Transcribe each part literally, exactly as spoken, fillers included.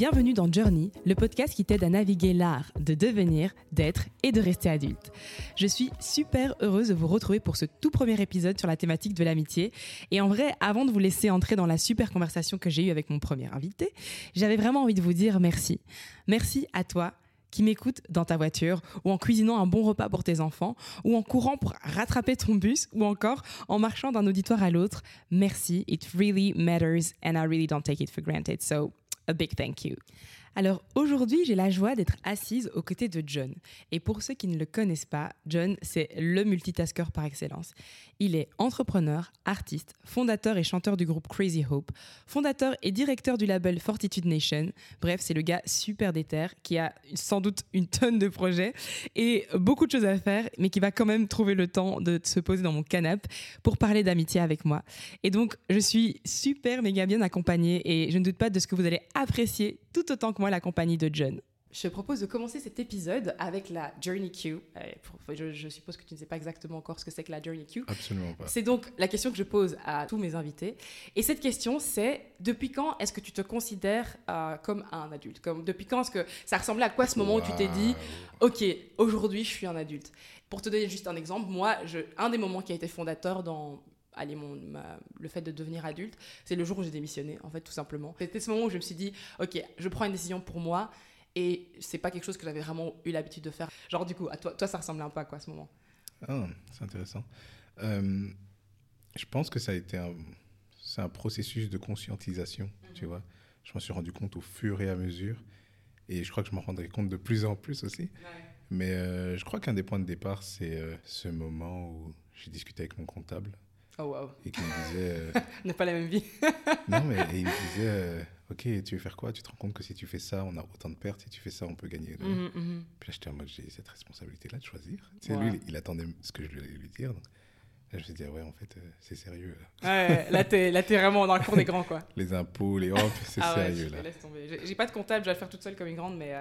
Bienvenue dans Journey, le podcast qui t'aide à naviguer l'art de devenir, d'être et de rester adulte. Je suis super heureuse de vous retrouver pour ce tout premier épisode sur la thématique de l'amitié. Et en vrai, avant de vous laisser entrer dans la super conversation que j'ai eue avec mon premier invité, j'avais vraiment envie de vous dire merci. Merci à toi qui m'écoute dans ta voiture, ou en cuisinant un bon repas pour tes enfants, ou en courant pour rattraper ton bus, ou encore en marchant d'un auditoire à l'autre. Merci, it really matters and I really don't take it for granted. So, a big thank you. Alors aujourd'hui, j'ai la joie d'être assise aux côtés de John. Et pour ceux qui ne le connaissent pas, John, c'est le multitasker par excellence. Il est entrepreneur, artiste, fondateur et chanteur du groupe Crazy Hope, fondateur et directeur du label Fortitude Nation. Bref, c'est le gars super déter qui a sans doute une tonne de projets et beaucoup de choses à faire, mais qui va quand même trouver le temps de se poser dans mon canapé pour parler d'amitié avec moi. Et donc, je suis super méga bien accompagnée et je ne doute pas de ce que vous allez apprécier tout autant que moi la compagnie de John. Je propose de commencer cet épisode avec la Journey Q. Je, je suppose que tu ne sais pas exactement encore ce que c'est que la Journey Q. Absolument pas. C'est donc la question que je pose à tous mes invités. Et cette question, c'est depuis quand est-ce que tu te considères euh, comme un adulte, comme, depuis quand est-ce que ça ressemblait à quoi ce moment wow. où tu t'es dit « Ok, aujourd'hui, je suis un adulte ». Pour te donner juste un exemple, moi, je, un des moments qui a été fondateur dans... Allez, mon, ma, le fait de devenir adulte, c'est le jour où j'ai démissionné, en fait, tout simplement. C'était ce moment où je me suis dit, ok, je prends une décision pour moi, et c'est pas quelque chose que j'avais vraiment eu l'habitude de faire. Genre, du coup, à toi, toi ça ressemblait un peu à quoi, à ce moment ? Ah, c'est intéressant. Euh, je pense que ça a été un, c'est un processus de conscientisation, mm-hmm. tu vois. Je m'en suis rendu compte au fur et à mesure, et je crois que je m'en rendrai compte de plus en plus aussi. Ouais. Mais euh, je crois qu'un des points de départ, c'est euh, ce moment où j'ai discuté avec mon comptable. Oh wow. Et qui me disait... Euh... On n'a pas la même vie. Non, mais il me disait, euh, ok, tu veux faire quoi ? Tu te rends compte que si tu fais ça, on a autant de pertes. Si tu fais ça, on peut gagner. Mm-hmm, mm-hmm. Puis là, j'étais en mode, j'ai cette responsabilité-là de choisir. Tu sais, wow. lui, il, il attendait ce que je lui allais lui dire. Donc là, je me suis dit, ouais, en fait, euh, c'est sérieux. Là. Ouais, là, t'es, là, t'es vraiment dans le cours des grands, quoi. Les impôts, les hop, c'est ah sérieux, ouais, je là. Laisse tomber. J'ai, j'ai pas de comptable, je vais le faire toute seule comme une grande, mais... Euh...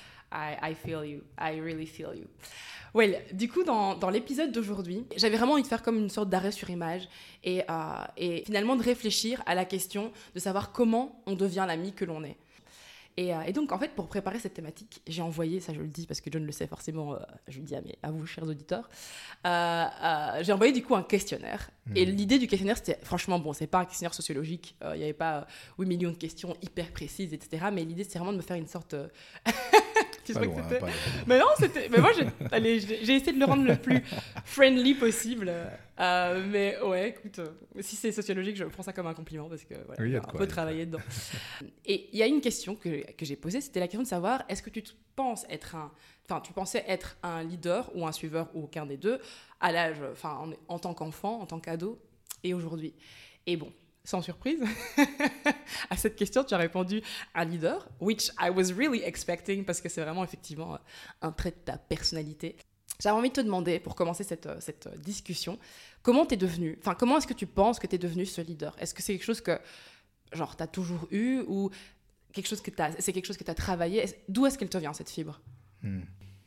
I, I feel you. I really feel you. Well, du coup, dans, dans l'épisode d'aujourd'hui, j'avais vraiment envie de faire comme une sorte d'arrêt sur image et, euh, et finalement de réfléchir à la question de savoir comment on devient l'ami que l'on est. Et, euh, et donc, en fait, pour préparer cette thématique, j'ai envoyé, ça je le dis parce que John le sait forcément, euh, je le dis à, mes, à vous, chers auditeurs, euh, euh, j'ai envoyé du coup un questionnaire. Mmh. Et l'idée du questionnaire, c'était, franchement, bon, c'est pas un questionnaire sociologique, il euh, n'y avait pas euh, huit millions de questions hyper précises, et cetera. Mais l'idée, c'était vraiment de me faire une sorte... Euh... Pas loin, pas loin. Mais non, c'était... mais moi, j'ai... Allez, j'ai... j'ai essayé de le rendre le plus friendly possible. Euh, mais ouais, écoute, euh, si c'est sociologique, je prends ça comme un compliment parce que voilà, oui, on a un peu travaillé dedans. Et il y a une question que, que j'ai posée, c'était la question de savoir, est-ce que tu te penses être un... Enfin, tu pensais être un leader ou un suiveur ou aucun des deux à l'âge... Enfin, en, en tant qu'enfant, en tant qu'ado et aujourd'hui. Et bon... Sans surprise, à cette question, tu as répondu un leader, which I was really expecting, parce que c'est vraiment effectivement un trait de ta personnalité. J'avais envie de te demander, pour commencer cette, cette discussion, comment t'es devenu, enfin, comment est-ce que tu penses que t'es devenu ce leader ? Est-ce que c'est quelque chose que, genre, t'as toujours eu, ou quelque chose que t'as, c'est quelque chose que t'as travaillé ? D'où est-ce qu'elle te vient, cette fibre ? hmm.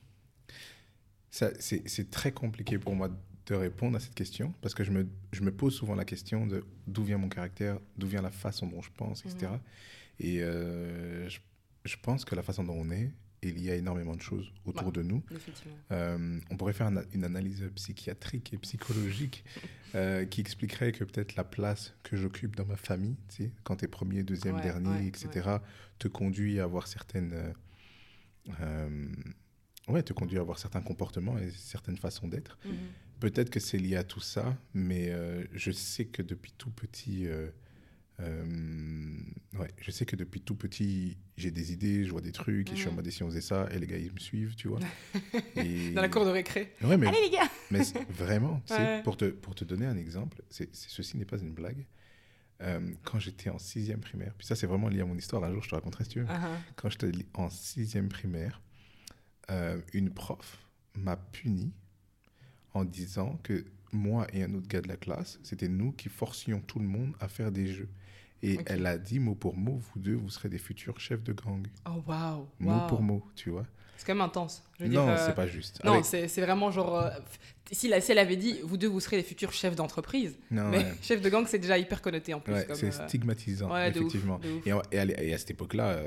Ça, c'est, c'est très compliqué pour moi de répondre à cette question, parce que je me, je me pose souvent la question de d'où vient mon caractère, d'où vient la façon dont je pense, et cetera. Mmh. Et euh, je, je pense que la façon dont on est, il y a énormément de choses autour ouais, de nous. Euh, on pourrait faire un, une analyse psychiatrique et psychologique euh, qui expliquerait que peut-être la place que j'occupe dans ma famille, tu sais, quand tu es premier, deuxième, ouais, dernier, ouais, et cetera, ouais. te conduit à avoir certaines... Euh, euh, ouais, te conduit à avoir certains comportements et certaines façons d'être. Mmh. Peut-être que c'est lié à tout ça, mais euh, je sais que depuis tout petit, euh, euh, ouais, je sais que depuis tout petit, j'ai des idées, je vois des trucs, mmh. et je suis en mode si on faisait ça, et les gars ils me suivent, tu vois. Et... Dans la cour de récré. Ouais, mais, allez les gars. Mais vraiment, tu sais, ouais. pour te pour te donner un exemple, c'est, c'est ceci n'est pas une blague. Euh, quand j'étais en sixième primaire, puis ça c'est vraiment lié à mon histoire. Un jour je te raconterai si tu veux. Uh-huh. Quand j'étais en sixième primaire, euh, une prof m'a puni en disant que moi et un autre gars de la classe, c'était nous qui forcions tout le monde à faire des jeux. Et okay. elle a dit mot pour mot, vous deux, vous serez des futurs chefs de gang. Oh, waouh! Mot wow. pour mot, tu vois. C'est quand même intense. Je veux non, dire, euh... c'est pas juste. Non, Avec... c'est, c'est vraiment genre... Euh, si, la, si elle avait dit, vous deux, vous serez des futurs chefs d'entreprise. Non, mais ouais. chef de gang, c'est déjà hyper connoté en plus. Ouais, comme, c'est euh... stigmatisant, ouais, effectivement. De ouf, de ouf. Et, et, à, et à cette époque-là... Euh,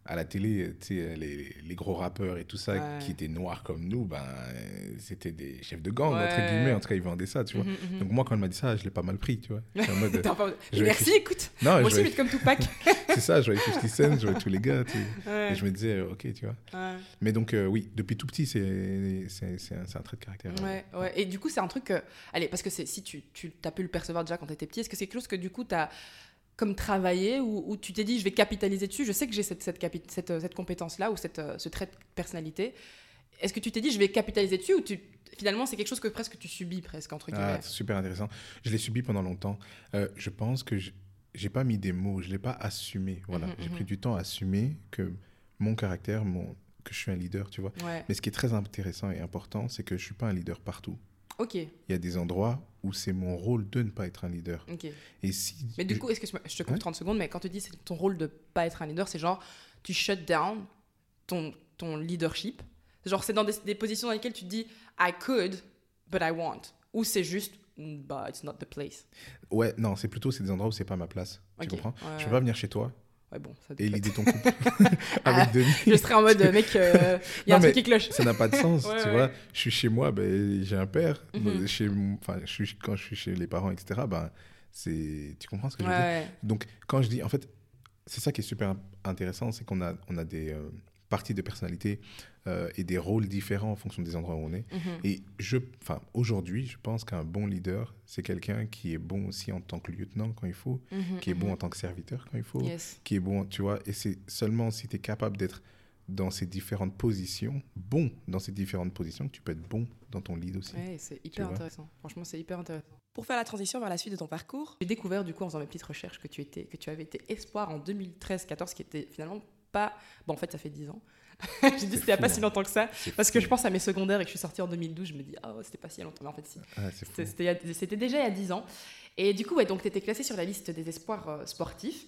à la télé, tu sais, les, les gros rappeurs et tout ça, Ouais. qui étaient noirs comme nous, ben, c'était des chefs de gang, Ouais. entre guillemets. En tout cas, ils vendaient ça, tu vois. Mhm, mhm. Donc, moi, quand elle m'a dit ça, je l'ai pas mal pris, tu vois. J'étais en mode, T'es un peu- je vais Merci, écouter- écoute. non, Moi je aussi, vais- je vais être comme Tupac. c'est ça, je voyais fifty Cent, je voyais tous les gars, tu sais. Ouais. Et je me disais, euh, ok, tu vois. Ouais. Mais donc, euh, oui, depuis tout petit, c'est, c'est, c'est, un, c'est un trait de caractère. Ouais, ouais. Et du coup, c'est un truc. que- Allez, parce que c'est, si tu, tu as pu le percevoir déjà quand tu étais petit, est-ce que c'est quelque chose que du coup, tu as comme travaillé ou, ou tu t'es dit, je vais capitaliser dessus. Je sais que j'ai cette, cette, capi- cette, euh, cette compétence-là ou cette, euh, ce trait de personnalité. Est-ce que tu t'es dit, je vais capitaliser dessus ou tu, finalement, c'est quelque chose que presque tu subis, presque, entre guillemets Ah, c'est super intéressant. Je l'ai subi pendant longtemps. Euh, je pense que je j'ai pas mis des mots, je l'ai pas assumé. Voilà, Mhm, j'ai mhm. pris du temps à assumer que mon caractère, mon, que je suis un leader, tu vois. Ouais, Mais ce qui est très intéressant et important, c'est que je suis pas un leader partout. ok, Il y a des endroits où c'est mon rôle de ne pas être un leader. ok. Et si Mais du je- coup, est-ce que je, je te coupe Ouais. trente secondes, mais quand tu dis c'est ton rôle de pas être un leader, c'est genre tu shut down ton, ton leadership. Genre c'est dans des, des positions dans lesquelles tu te dis I could, but I won't. Ou c'est juste mm, bah it's not the place. ouais, non, c'est plutôt c'est des endroits où c'est pas ma place. Ok, Tu comprends ouais, Je ouais. peux pas venir chez toi Ouais, bon, ça et peut-être. l'idée ton couple Ah, avec Denis. Je serais en mode mec, il euh, y a Non, un truc mais qui cloche. Ça n'a pas de sens, Ouais, tu ouais. vois. Je suis chez moi, ben, j'ai un père. Mhm. Chez, mon- enfin, je suis, quand je suis chez les parents, et cetera, ben, c'est, tu comprends ce que je veux dire? Ouais, Donc, quand je dis, en fait, c'est ça qui est super intéressant, c'est qu'on a, on a des euh, parties de personnalité euh, et des rôles différents en fonction des endroits où on est. mhm. Et je, enfin, aujourd'hui, je pense qu'un bon leader, c'est quelqu'un qui est bon aussi en tant que lieutenant quand il faut, Mhm, qui est bon mhm. en tant que serviteur quand il faut, Yes. qui est bon, tu vois. Et c'est seulement si tu es capable d'être dans ces différentes positions, bon dans ces différentes positions, que tu peux être bon dans ton lead aussi. Ouais, c'est hyper vois. intéressant. Franchement, c'est hyper intéressant. Pour faire la transition vers la suite de ton parcours, j'ai découvert du coup en faisant mes petites recherches que tu, étais, que tu avais été espoir en deux mille treize quatorze, qui était finalement pas... Bon, en fait, ça fait dix ans. J'ai dit c'était il n'y a fou, pas hein. si longtemps que ça. C'est Parce que fou. je pense à mes secondaires et que je suis sortie en deux mille douze, je me dis, ah, oh, c'était pas si longtemps. Mais en fait, si. Ah, c'est fou. C'était, c'était, il y a- c'était déjà il y a dix ans. Et du coup, ouais, donc tu étais classée sur la liste des espoirs euh, sportifs.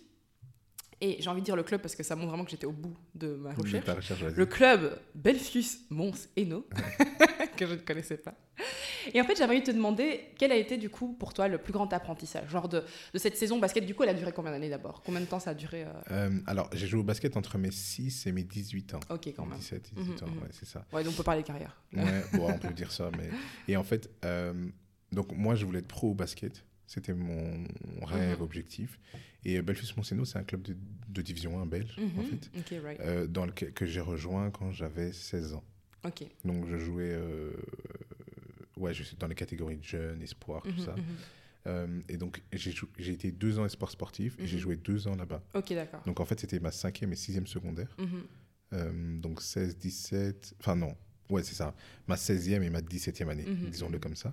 Et j'ai envie de dire le club parce que ça montre vraiment que j'étais au bout de ma De recherche. ta recherche, vas-y. Le club Belfius Mons Hainaut, que je ne connaissais pas. Et en fait, j'aimerais te demander quel a été du coup pour toi le plus grand apprentissage, genre de, de cette saison basket. Du coup, elle a duré combien d'années d'abord? Combien de temps ça a duré euh... Euh, alors, j'ai joué au basket entre mes six et mes dix-huit ans. Ok, quand même. dix-sept, dix-huit ans, Mhm, mhm. ouais, c'est ça. Ouais, donc on peut parler de carrière. Ouais, bon, on peut dire ça. Mais... Et en fait, euh, donc moi, je voulais être pro au basket. C'était mon rêve, Mhm. objectif. Et euh, Belfius-Monceno, c'est un club de, de division un belge, en Mhm. fait, Ok, right. euh, dans lequel, que j'ai rejoint quand j'avais seize ans. Ok. Donc, je jouais euh, ouais, je suis dans les catégories de jeunes, espoirs, tout Mhm, ça. mhm. Euh, et donc, j'ai, jou- j'ai été deux ans espoir sportif et j'ai Mhm. joué deux ans là-bas. Ok, d'accord. Donc, en fait, c'était ma cinquième et sixième secondaire. Mhm. Euh, donc, seize, dix-sept... Enfin, non. Ouais, c'est ça. Ma seizième et ma dix-septième année, Mhm, disons-le mhm. comme ça.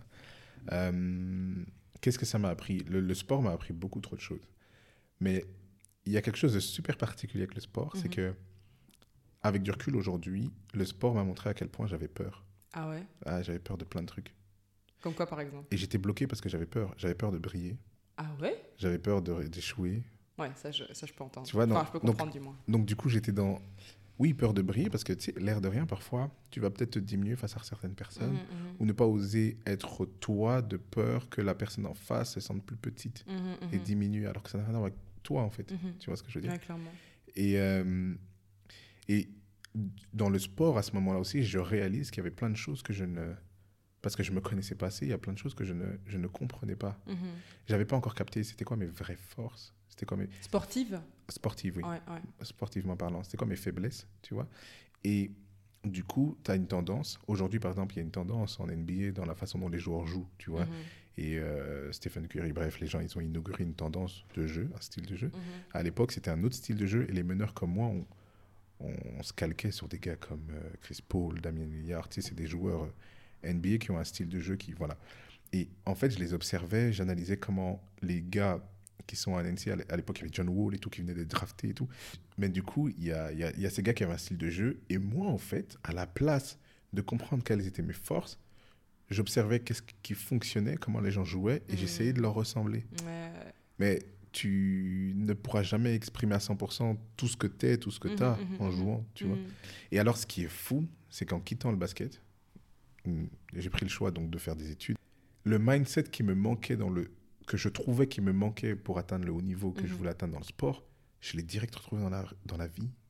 Euh, qu'est-ce que ça m'a appris? le, le sport m'a appris beaucoup trop de choses. Mais il y a quelque chose de super particulier avec le sport, c'est Mhm. que, avec du recul aujourd'hui, le sport m'a montré à quel point j'avais peur. Ah ouais. Ah, j'avais peur de plein de trucs. Comme quoi, par exemple? Et j'étais bloqué parce que j'avais peur. J'avais peur de briller. Ah ouais. J'avais peur de- d'échouer. Ouais, ça je, ça, je peux entendre. Tu vois, non. Enfin, je peux Donc- comprendre du moins. Donc, du coup, j'étais dans... Oui, peur de briller, parce que, tu sais, l'air de rien, parfois, tu vas peut-être te diminuer face à certaines personnes, Mhm, mhm. ou ne pas oser être toi de peur que la personne en face se sente plus petite Mhm, et mhm. diminue, alors que ça n'a rien à voir avec toi, en fait. Mhm. Tu vois ce que je veux dire? Ouais, clairement. Et, euh, et dans le sport, à ce moment-là aussi, je réalise qu'il y avait plein de choses que je ne... Parce que je me connaissais pas assez, il y a plein de choses que je ne, je ne comprenais pas. Mhm. J'avais pas encore capté c'était quoi mes vraies forces, c'était quoi mes... Sportive? Sportives, oui. Ouais, ouais. Sportivement parlant, c'était quoi mes faiblesses, tu vois. Et du coup, tu as une tendance. Aujourd'hui, par exemple, il y a une tendance en N B A dans la façon dont les joueurs jouent, tu vois. Mhm, Et euh, Stephen Curry, bref, les gens, ils ont inauguré une tendance de jeu, un style de jeu. mhm. À l'époque, c'était un autre style de jeu et les meneurs comme moi, on, on, on se calquait sur des gars comme euh, Chris Paul, Damien Lillard. Tu sais, c'est des joueurs euh, N B A qui ont un style de jeu qui, voilà. Et en fait, je les observais, j'analysais comment les gars qui sont à N C A, à l'époque, il y avait John Wall et tout qui venait d'être drafté et tout. Mais du coup, il y a, il y a- il y a ces gars qui avaient un style de jeu. Et moi, en fait, à la place de comprendre quelles étaient mes forces, j'observais qu'est-ce qui fonctionnait, comment les gens jouaient, et Mhm. j'essayais de leur ressembler. Ouais. Mais tu ne pourras jamais exprimer à cent pour cent tout ce que tu es, tout ce que Mhm, tu as mhm, en mhm. jouant, tu vois. Mhm. Et alors, ce qui est fou, c'est qu'en quittant le basket, mm, j'ai pris le choix donc de faire des études. Le mindset qui me manquait dans le... que je trouvais qui me manquait pour atteindre le haut niveau que je Mhm. voulais atteindre dans le sport, je l'ai direct retrouvé dans la, dans la vie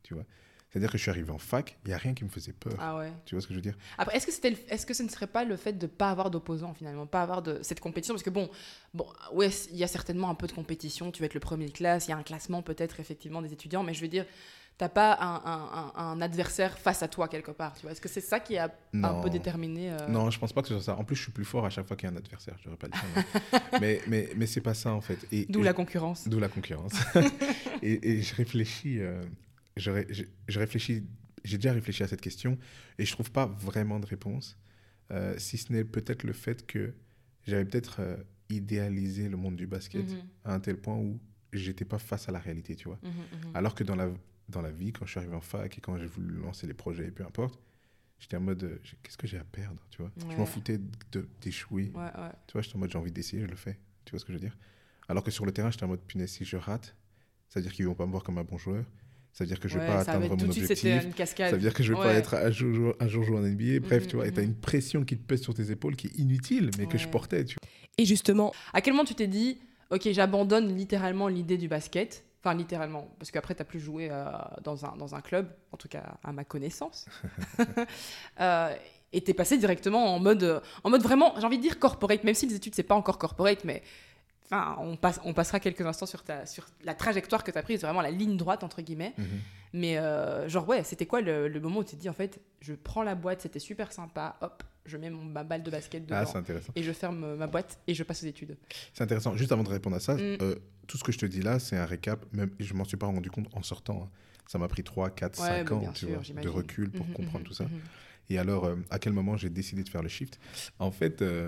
tu vois. C'est-à-dire que je suis arrivé en fac, il n'y a rien qui me faisait peur. Ah ouais. Tu vois ce que je veux dire? Après, est-ce que, c'était le- est-ce que ce ne serait pas le fait de ne pas avoir d'opposants, finalement, pas avoir de cette compétition? Parce que bon, bon ouais, il y a certainement un peu de compétition, tu vas être le premier de classe, il y a un classement peut-être, effectivement, des étudiants, mais je veux dire, tu n'as pas un, un, un, un adversaire face à toi, quelque part, tu vois. Est-ce que c'est ça qui a Non. un peu déterminé euh... Non, je pense pas que ce soit ça. En plus, je suis plus fort à chaque fois qu'il y a un adversaire, je devrais pas le dire. Mais, mais, mais, mais c'est pas ça, en fait. Et, D'où et la je- concurrence. D'où la concurrence. et, et je réfléchis, euh, je, ré- je, je réfléchis, j'ai déjà réfléchi à cette question et je trouve pas vraiment de réponse, euh, si ce n'est peut-être le fait que j'avais peut-être euh, idéalisé le monde du basket Mhm, à un tel point où j'étais pas face à la réalité, tu vois. mhm, mhm. Alors que dans la, dans la vie, quand je suis arrivé en fac et quand j'ai voulu lancer les projets, peu importe, j'étais en mode, euh, j'ai- qu'est-ce que j'ai à perdre, tu vois. Je Ouais. m'en foutais de- d'échouer. Ouais, ouais. Tu vois, j'étais en mode, j'ai envie d'essayer, je le fais. Tu vois ce que je veux dire? Alors que sur le terrain, j'étais en mode, punaise, si je rate, ça veut dire qu'ils vont pas me voir comme un bon joueur. Ça veut dire que je vais Ouais, pas ça atteindre avait- mon tout de suite, c'était objectif. une cascade. Ça veut dire que je vais pas Ouais. être un jour, un jour jouer en N B A. Bref, Mhm, tu vois, et t'as mhm. une pression qui te pèse sur tes épaules qui est inutile, mais que je Ouais. portais, tu vois. Et justement, À quel moment tu t'es dit, ok, j'abandonne littéralement l'idée du basket? Enfin, littéralement, parce qu'après, tu n'as plus joué euh, dans, un, dans un club, en tout cas à ma connaissance. euh, et tu es passé directement en mode, en mode vraiment, j'ai envie de dire corporate, même si les études, c'est pas encore corporate, mais enfin, on, passe, on passera quelques instants sur, ta, sur la trajectoire que tu as prise, vraiment la ligne droite, entre guillemets. Mhm. Mais euh, genre, ouais, c'était quoi le, le moment où tu t'es dit, en fait, je prends la boîte, c'était super sympa, hop, je mets mon, ma balle de basket dedans. Ah, c'est intéressant. Et je ferme ma boîte et je passe aux études. C'est intéressant. Juste avant de répondre à ça, Mm. euh, tout ce que je te dis là, c'est un récap. Même, je m'en suis pas rendu compte en sortant, hein. Ça m'a pris trois, quatre, Ouais, cinq bah, ans, bien tu sûr, vois, de j'imagine. recul pour Mhm, comprendre mhm, tout ça. mhm. Et alors, euh, à quel moment j'ai décidé de faire le shift? En fait, euh,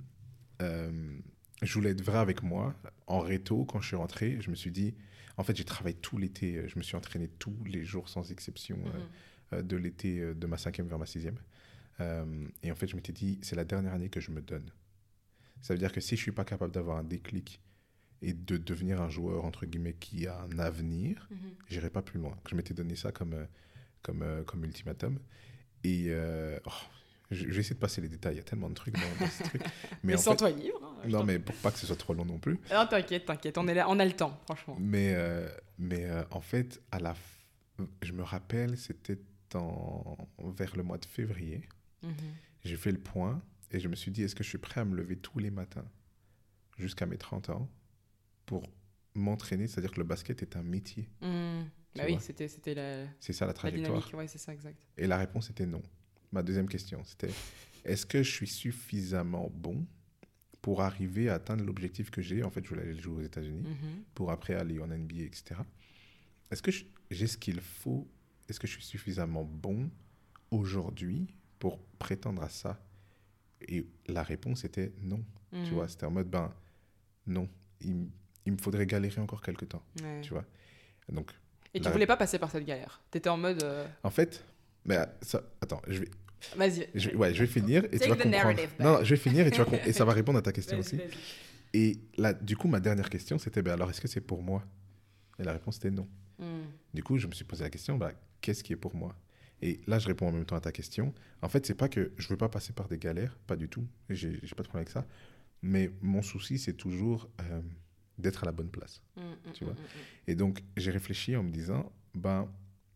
euh, je voulais être vrai avec moi. En réto, quand je suis rentré, je me suis dit... En fait, j'ai travaillé tout l'été. Je me suis entraîné tous les jours, sans exception, Mhm. euh, euh, de l'été euh, de ma cinquième vers ma sixième. Euh, et en fait, je m'étais dit, c'est la dernière année que je me donne. Ça veut dire que si je ne suis pas capable d'avoir un déclic et de devenir un joueur, entre guillemets, qui a un avenir, Mhm. j'irai pas plus loin. Je m'étais donné ça comme, euh, comme, euh, comme ultimatum. Et euh, oh, je, je vais essayer de passer les détails. Il y a tellement de trucs dans, dans ces trucs. Mais, en sens-toi libre. hein, je fait, non, t'en- mais pour pas que ce soit trop long non plus. Non, t'inquiète, t'inquiète, on est là, on a le temps, franchement. Mais, euh, mais euh, en fait, à la f- je me rappelle, c'était en... vers le mois de février. Mhm. J'ai fait le point et je me suis dit, est-ce que je suis prêt à me lever tous les matins jusqu'à mes trente ans pour m'entraîner? C'est-à-dire que le basket est un métier. Mhm. Tu Bah oui, vois. c'était, c'était la, C'est ça la la trajectoire. dynamique, ouais, c'est ça, exact. Et la réponse était non. Ma deuxième question, c'était, est-ce que je suis suffisamment bon pour arriver à atteindre l'objectif que j'ai? En fait, je voulais aller jouer aux États-Unis Mhm. pour après aller en N B A, et cetera. Est-ce que je- j'ai ce qu'il faut? Est-ce que je suis suffisamment bon aujourd'hui pour prétendre à ça? Et la réponse était non. Tu Mhm. vois, c'était en mode, ben non, il, m- il me faudrait galérer encore quelques temps. Ouais. Tu vois. Donc, Et tu la- voulais pas passer par cette galère. T'étais en mode, euh, en fait, mais, ça, attends, je vais, vas-y. je, ouais, je vais finir et tu Take vas the comprendre. narrative back. Non, non, je vais finir et, tu vas com- et ça va répondre à ta question Vas-y, aussi. vas-y. Et là, du coup, ma dernière question, c'était, ben alors, est-ce que c'est pour moi? Et la réponse était non. Mhm. Du coup, je me suis posé la question, bah, qu'est-ce qui est pour moi? Et là, je réponds en même temps à ta question. En fait, c'est pas que je veux pas passer par des galères, pas du tout. J'ai j'ai pas de problème avec ça. Mais mon souci, c'est toujours euh, d'être à la bonne place. Mhm, mhm, Tu vois. mhm, Et donc, j'ai réfléchi en me disant, ben,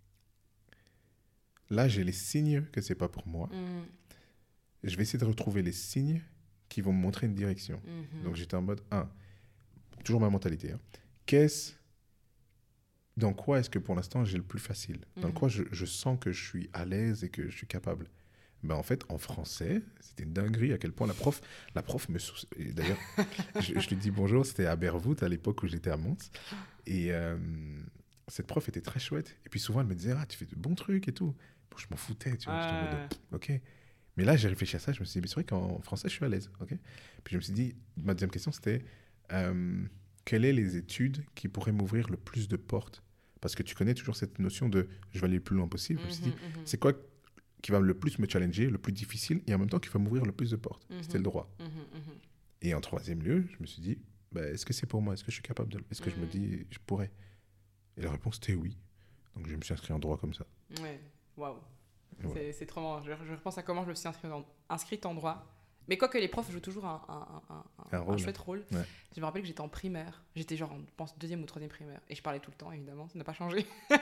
là, j'ai les signes que c'est pas pour moi. mhm, Je vais essayer de retrouver les signes qui vont me montrer une direction. mhm. Donc, j'étais en mode, un, toujours ma mentalité. hein. Qu'est-ce Dans quoi est-ce que pour l'instant j'ai le plus facile? Dans Mhm. quoi je, je sens que je suis à l'aise et que je suis capable? Ben en fait, en français, c'était une dinguerie à quel point la prof, la prof me... sou- et D'ailleurs, je, je lui dis bonjour, c'était à Bervout à l'époque où j'étais à Mons. Et euh, cette prof était très chouette. Et puis souvent, elle me disait, ah, tu fais de bons trucs et tout. Bon, je m'en foutais, tu vois. J'étais en mode, Ouais. ok. Mais là, j'ai réfléchi à ça, je me suis dit, mais c'est vrai qu'en français, je suis à l'aise, ok. Puis je me suis dit, ma deuxième question, c'était, euh, quelles sont les études qui pourraient m'ouvrir le plus de portes? Parce que tu connais toujours cette notion de je vais aller le plus loin possible. Je me suis dit, Mhm, mhm. c'est quoi qui va le plus me challenger, le plus difficile, et en même temps qui va m'ouvrir le plus de portes? Mhm. C'était le droit. Mhm, mhm. Et en troisième lieu, je me suis dit, bah, est-ce que c'est pour moi? Est-ce que je suis capable de... Est-ce que je me Mhm. dis, je pourrais? Et la réponse était oui. Donc je me suis inscrit en droit comme ça. Ouais, waouh. Et voilà. C'est, c'est trop marrant. Je, je repense à comment je me suis inscrite en, inscrite en droit. Mais quoique les profs jouent toujours un, un, un, un, Un rôle. chouette rôle. Ouais. Je me rappelle que j'étais en primaire. J'étais genre, je pense, deuxième ou troisième primaire. Et je parlais tout le temps, évidemment. Ça n'a pas changé.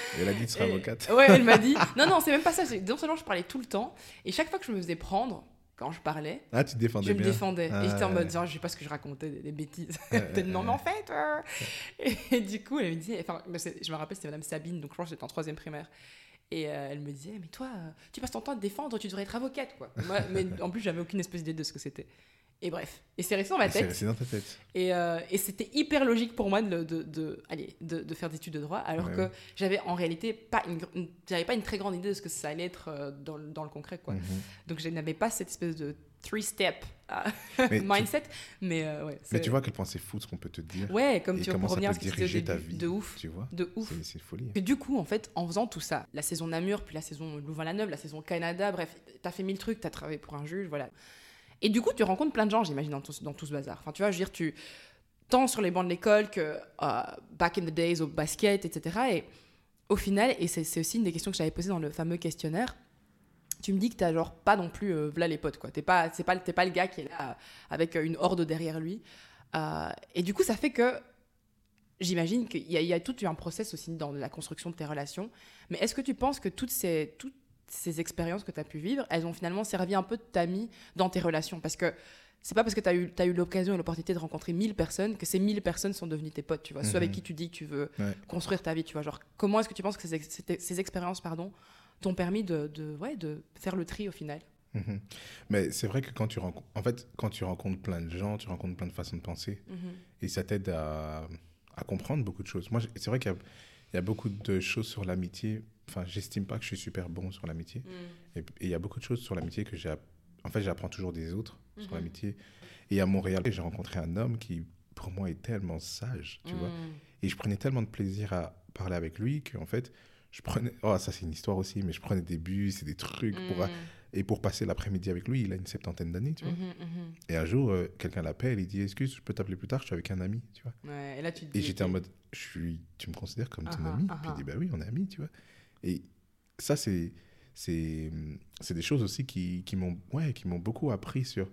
Elle a dit de être Et- avocate. Ouais, elle m'a dit. Non, non, c'est même pas ça. C'est- Non seulement je parlais tout le temps, et chaque fois que je me faisais prendre, quand je parlais, Ah, tu te défendais je me bien. défendais. Ah, et j'étais en mode, ouais. genre, je sais pas ce que je racontais, des, des bêtises. Ouais, J'étais, non, ouais, mais en fait. euh. Et, et du coup, elle me disait, enfin, mais c'est- je me rappelle, c'était Madame Sabine, donc je pense que j'étais en troisième primaire. Et euh, elle me disait, mais toi, euh, tu passes ton temps à te défendre, tu devrais être avocate, quoi. Moi, mais en plus, j'avais aucune espèce d'idée de ce que c'était. Et bref. Et c'est resté dans ma Et C'est tête. resté dans ta tête. Et, euh, et c'était hyper logique pour moi de, de, de, allez, de, de faire des études de droit, alors Ouais, que ouais. j'avais en réalité pas une, gr- une- j'avais pas une très grande idée de ce que ça allait être euh, dans, le- dans le concret, quoi. Mhm. Donc je n'avais pas cette espèce de three-step euh, Mais tu- mindset, mais euh, ouais. Mais c'est- tu vois à quel point c'est fou ce qu'on peut te dire. Ouais, comme et tu vois, comment pour ça revenir à peut ce que tu disais diriger au ta début, vie. de ouf, Tu vois de ouf. C'est c'est folie. Et du coup, en fait, en faisant tout ça, la saison Namur, puis la saison Louvain-la-Neuve, la saison Canada, bref, t'as fait mille trucs, t'as travaillé pour un juge, voilà. Et du coup, tu rencontres plein de gens, j'imagine, dans tout, dans tout ce bazar. Enfin, tu vois, je veux dire, tu... Tant sur les bancs de l'école que euh, back in the days au basket, et cetera. Et au final, et c'est c'est aussi une des questions que j'avais posées dans le fameux questionnaire, tu me dis que t'as genre pas non plus euh, v'là les potes, quoi. T'es pas, c'est pas, t'es pas le gars qui est là euh, avec une horde derrière lui. Euh, et du coup, ça fait que j'imagine qu'il y a, il y a tout un process aussi dans la construction de tes relations. Mais est-ce que tu penses que toutes ces, toutes ces expériences que tu as pu vivre, elles ont finalement servi un peu de tamis dans tes relations? Parce que c'est pas parce que tu as eu, t'as eu l'occasion et l'opportunité de rencontrer mille personnes que ces mille personnes sont devenues tes potes, tu vois. Ceux Mhm. avec qui tu dis que tu veux Ouais. construire ta vie, tu vois. Genre, comment est-ce que tu penses que ces, ex- ces- ces expériences, pardon, t'ont permis de, de, ouais, de faire le tri au final? Mhm. Mais c'est vrai que quand tu rencontres, en fait, quand tu rencontres plein de gens, tu rencontres plein de façons de penser, et ça t'aide à, à comprendre beaucoup de choses. Moi, j'ai- c'est vrai qu'il y a, il y a beaucoup de choses sur l'amitié. Enfin, j'estime pas que je suis super bon sur l'amitié, et, et il y a beaucoup de choses sur l'amitié que j'ai. app- En fait, j'apprends toujours des autres sur Mhm. l'amitié. Et à Montréal, j'ai rencontré un homme qui, pour moi, est tellement sage, tu vois. Et je prenais tellement de plaisir à parler avec lui qu'en fait, je prenais. Oh, ça, c'est une histoire aussi, mais je prenais des bus et des trucs pour. Mm. Et pour passer l'après-midi avec lui, il a une septantaine d'années, tu vois. Mhm, mhm. Et un jour, euh, quelqu'un l'appelle, il dit excuse, je peux t'appeler plus tard, je suis avec un ami, tu vois. Ouais, et là, tu te Et dis, j'étais en ok. mode, je suis, tu me considères comme ton Ah, ami? ah, Puis il ah. dit bah oui, on est amis, tu vois. Et ça, c'est, c'est, c'est des choses aussi qui, qui m'ont, ouais, qui m'ont beaucoup appris sur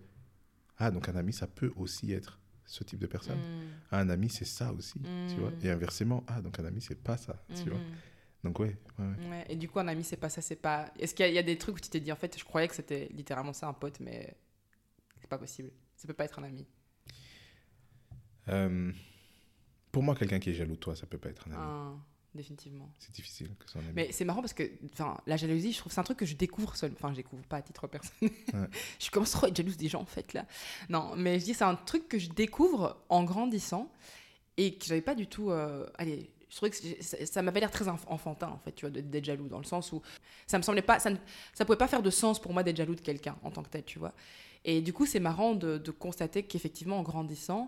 ah donc un ami, ça peut aussi être ce type de personne. Mm. Ah, un ami, c'est ça aussi, tu vois. Mm. Et inversement, ah donc un ami, c'est pas ça, tu vois. Mhm. Donc ouais, ouais, ouais. Ouais, et du coup, un ami, c'est pas ça, c'est pas. Est-ce qu'il y, a- il y a des trucs où tu t'es dit, en fait, je croyais que c'était littéralement ça, un pote, mais c'est pas possible. Ça peut pas être un ami. Euh, pour moi, quelqu'un qui est jaloux de toi, ça peut pas être un ami. Ah, définitivement. C'est difficile que ce soit un ami. Mais c'est marrant parce que, enfin, la jalousie, je trouve que c'est un truc que je découvre seul. Enfin, je découvre pas à titre personnel. Ouais. Je commence trop à être jalouse des gens, en fait, là. Non, mais je dis, c'est un truc que je découvre en grandissant et que j'avais pas du tout. euh, Allez. Je trouvais que c'est- ça, ça m'avait l'air très enf- enfantin, en fait, tu vois, de- d'être jaloux, dans le sens où ça me semblait pas, ça, ne, ça pouvait pas faire de sens pour moi d'être jaloux de quelqu'un en tant que tel, tu vois. Et du coup, c'est marrant de, de constater qu'effectivement, en grandissant,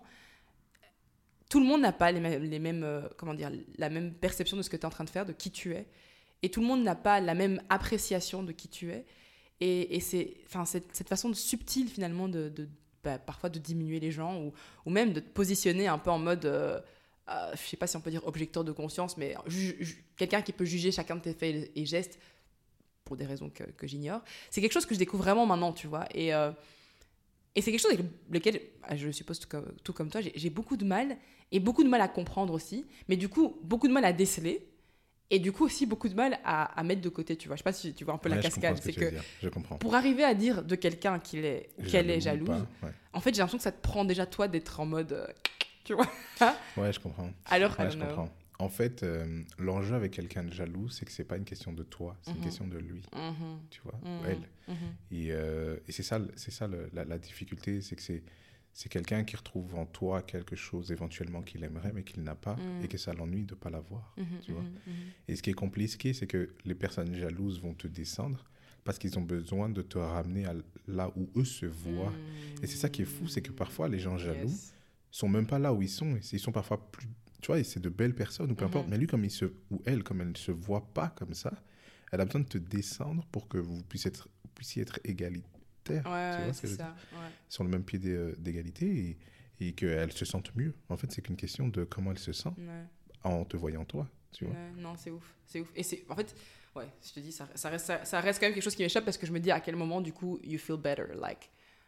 tout le monde n'a pas les mêmes, les mêmes euh, comment dire, la même perception de ce que tu es en train de faire, de qui tu es, et tout le monde n'a pas la même appréciation de qui tu es. Et, et c'est, enfin, cette, cette façon de subtile finalement de, de bah, parfois de diminuer les gens ou, ou même de te positionner un peu en mode euh, euh, je sais pas si on peut dire objecteur de conscience, mais ju- ju- quelqu'un qui peut juger chacun de tes faits et gestes pour des raisons que, que j'ignore. C'est quelque chose que je découvre vraiment maintenant, tu vois. Et, euh, et c'est quelque chose avec lequel, je suppose tout comme, tout comme toi, j'ai, j'ai beaucoup de mal, et beaucoup de mal à comprendre aussi, mais du coup, beaucoup de mal à déceler, et du coup aussi beaucoup de mal à, à mettre de côté, tu vois. Je sais pas si tu vois un peu Ouais, la je comprends cascade. ce que C'est tu veux que dire. Je comprends. pour arriver à dire de quelqu'un qu'il est, qu'elle est Jaloux ou jalouse, pas, ouais. en fait, j'ai l'impression que ça te prend déjà toi d'être en mode... euh, tu vois. Ouais, je comprends. Alors, I Ouais, don't je know. comprends. En fait, euh, l'enjeu avec quelqu'un de jaloux, c'est que c'est pas une question de toi, c'est Mhm. une question de lui, Mhm, tu vois, ou mhm, elle. mhm. Et, euh, et c'est ça, le- c'est ça le- la, la difficulté, c'est que c'est, c'est quelqu'un qui retrouve en toi quelque chose éventuellement qu'il aimerait, mais qu'il n'a pas, Mhm. et que ça l'ennuie de ne pas l'avoir, Mhm, tu vois. mhm, mhm. Et ce qui est compliqué, c'est que les personnes jalouses vont te descendre parce qu'ils ont besoin de te ramener à là où eux se voient. Et c'est ça qui est fou, c'est que parfois les gens jaloux Yes. sont même pas là où ils sont. Ils sont parfois plus, tu vois, et c'est de belles personnes ou peu Mhm. importe. Mais lui, comme il se, ou elle, comme elle ne se voit pas comme ça, elle a besoin de te descendre pour que vous puissiez être, puissiez être égalitaire, Ouais, tu ouais, vois ce c'est que je veux ça. dire, Ouais. sur le même pied d'é- d'égalité et, et qu'elle se sente mieux. En fait, c'est qu'une question de comment elle se sent Ouais. en te voyant toi, tu vois. Ouais, non, c'est ouf, c'est ouf. Et c'est, en fait, ouais, je te dis, ça, ça, reste, ça, ça reste quand même quelque chose qui m'échappe parce que je me dis à quel moment, du coup, you feel better. Like,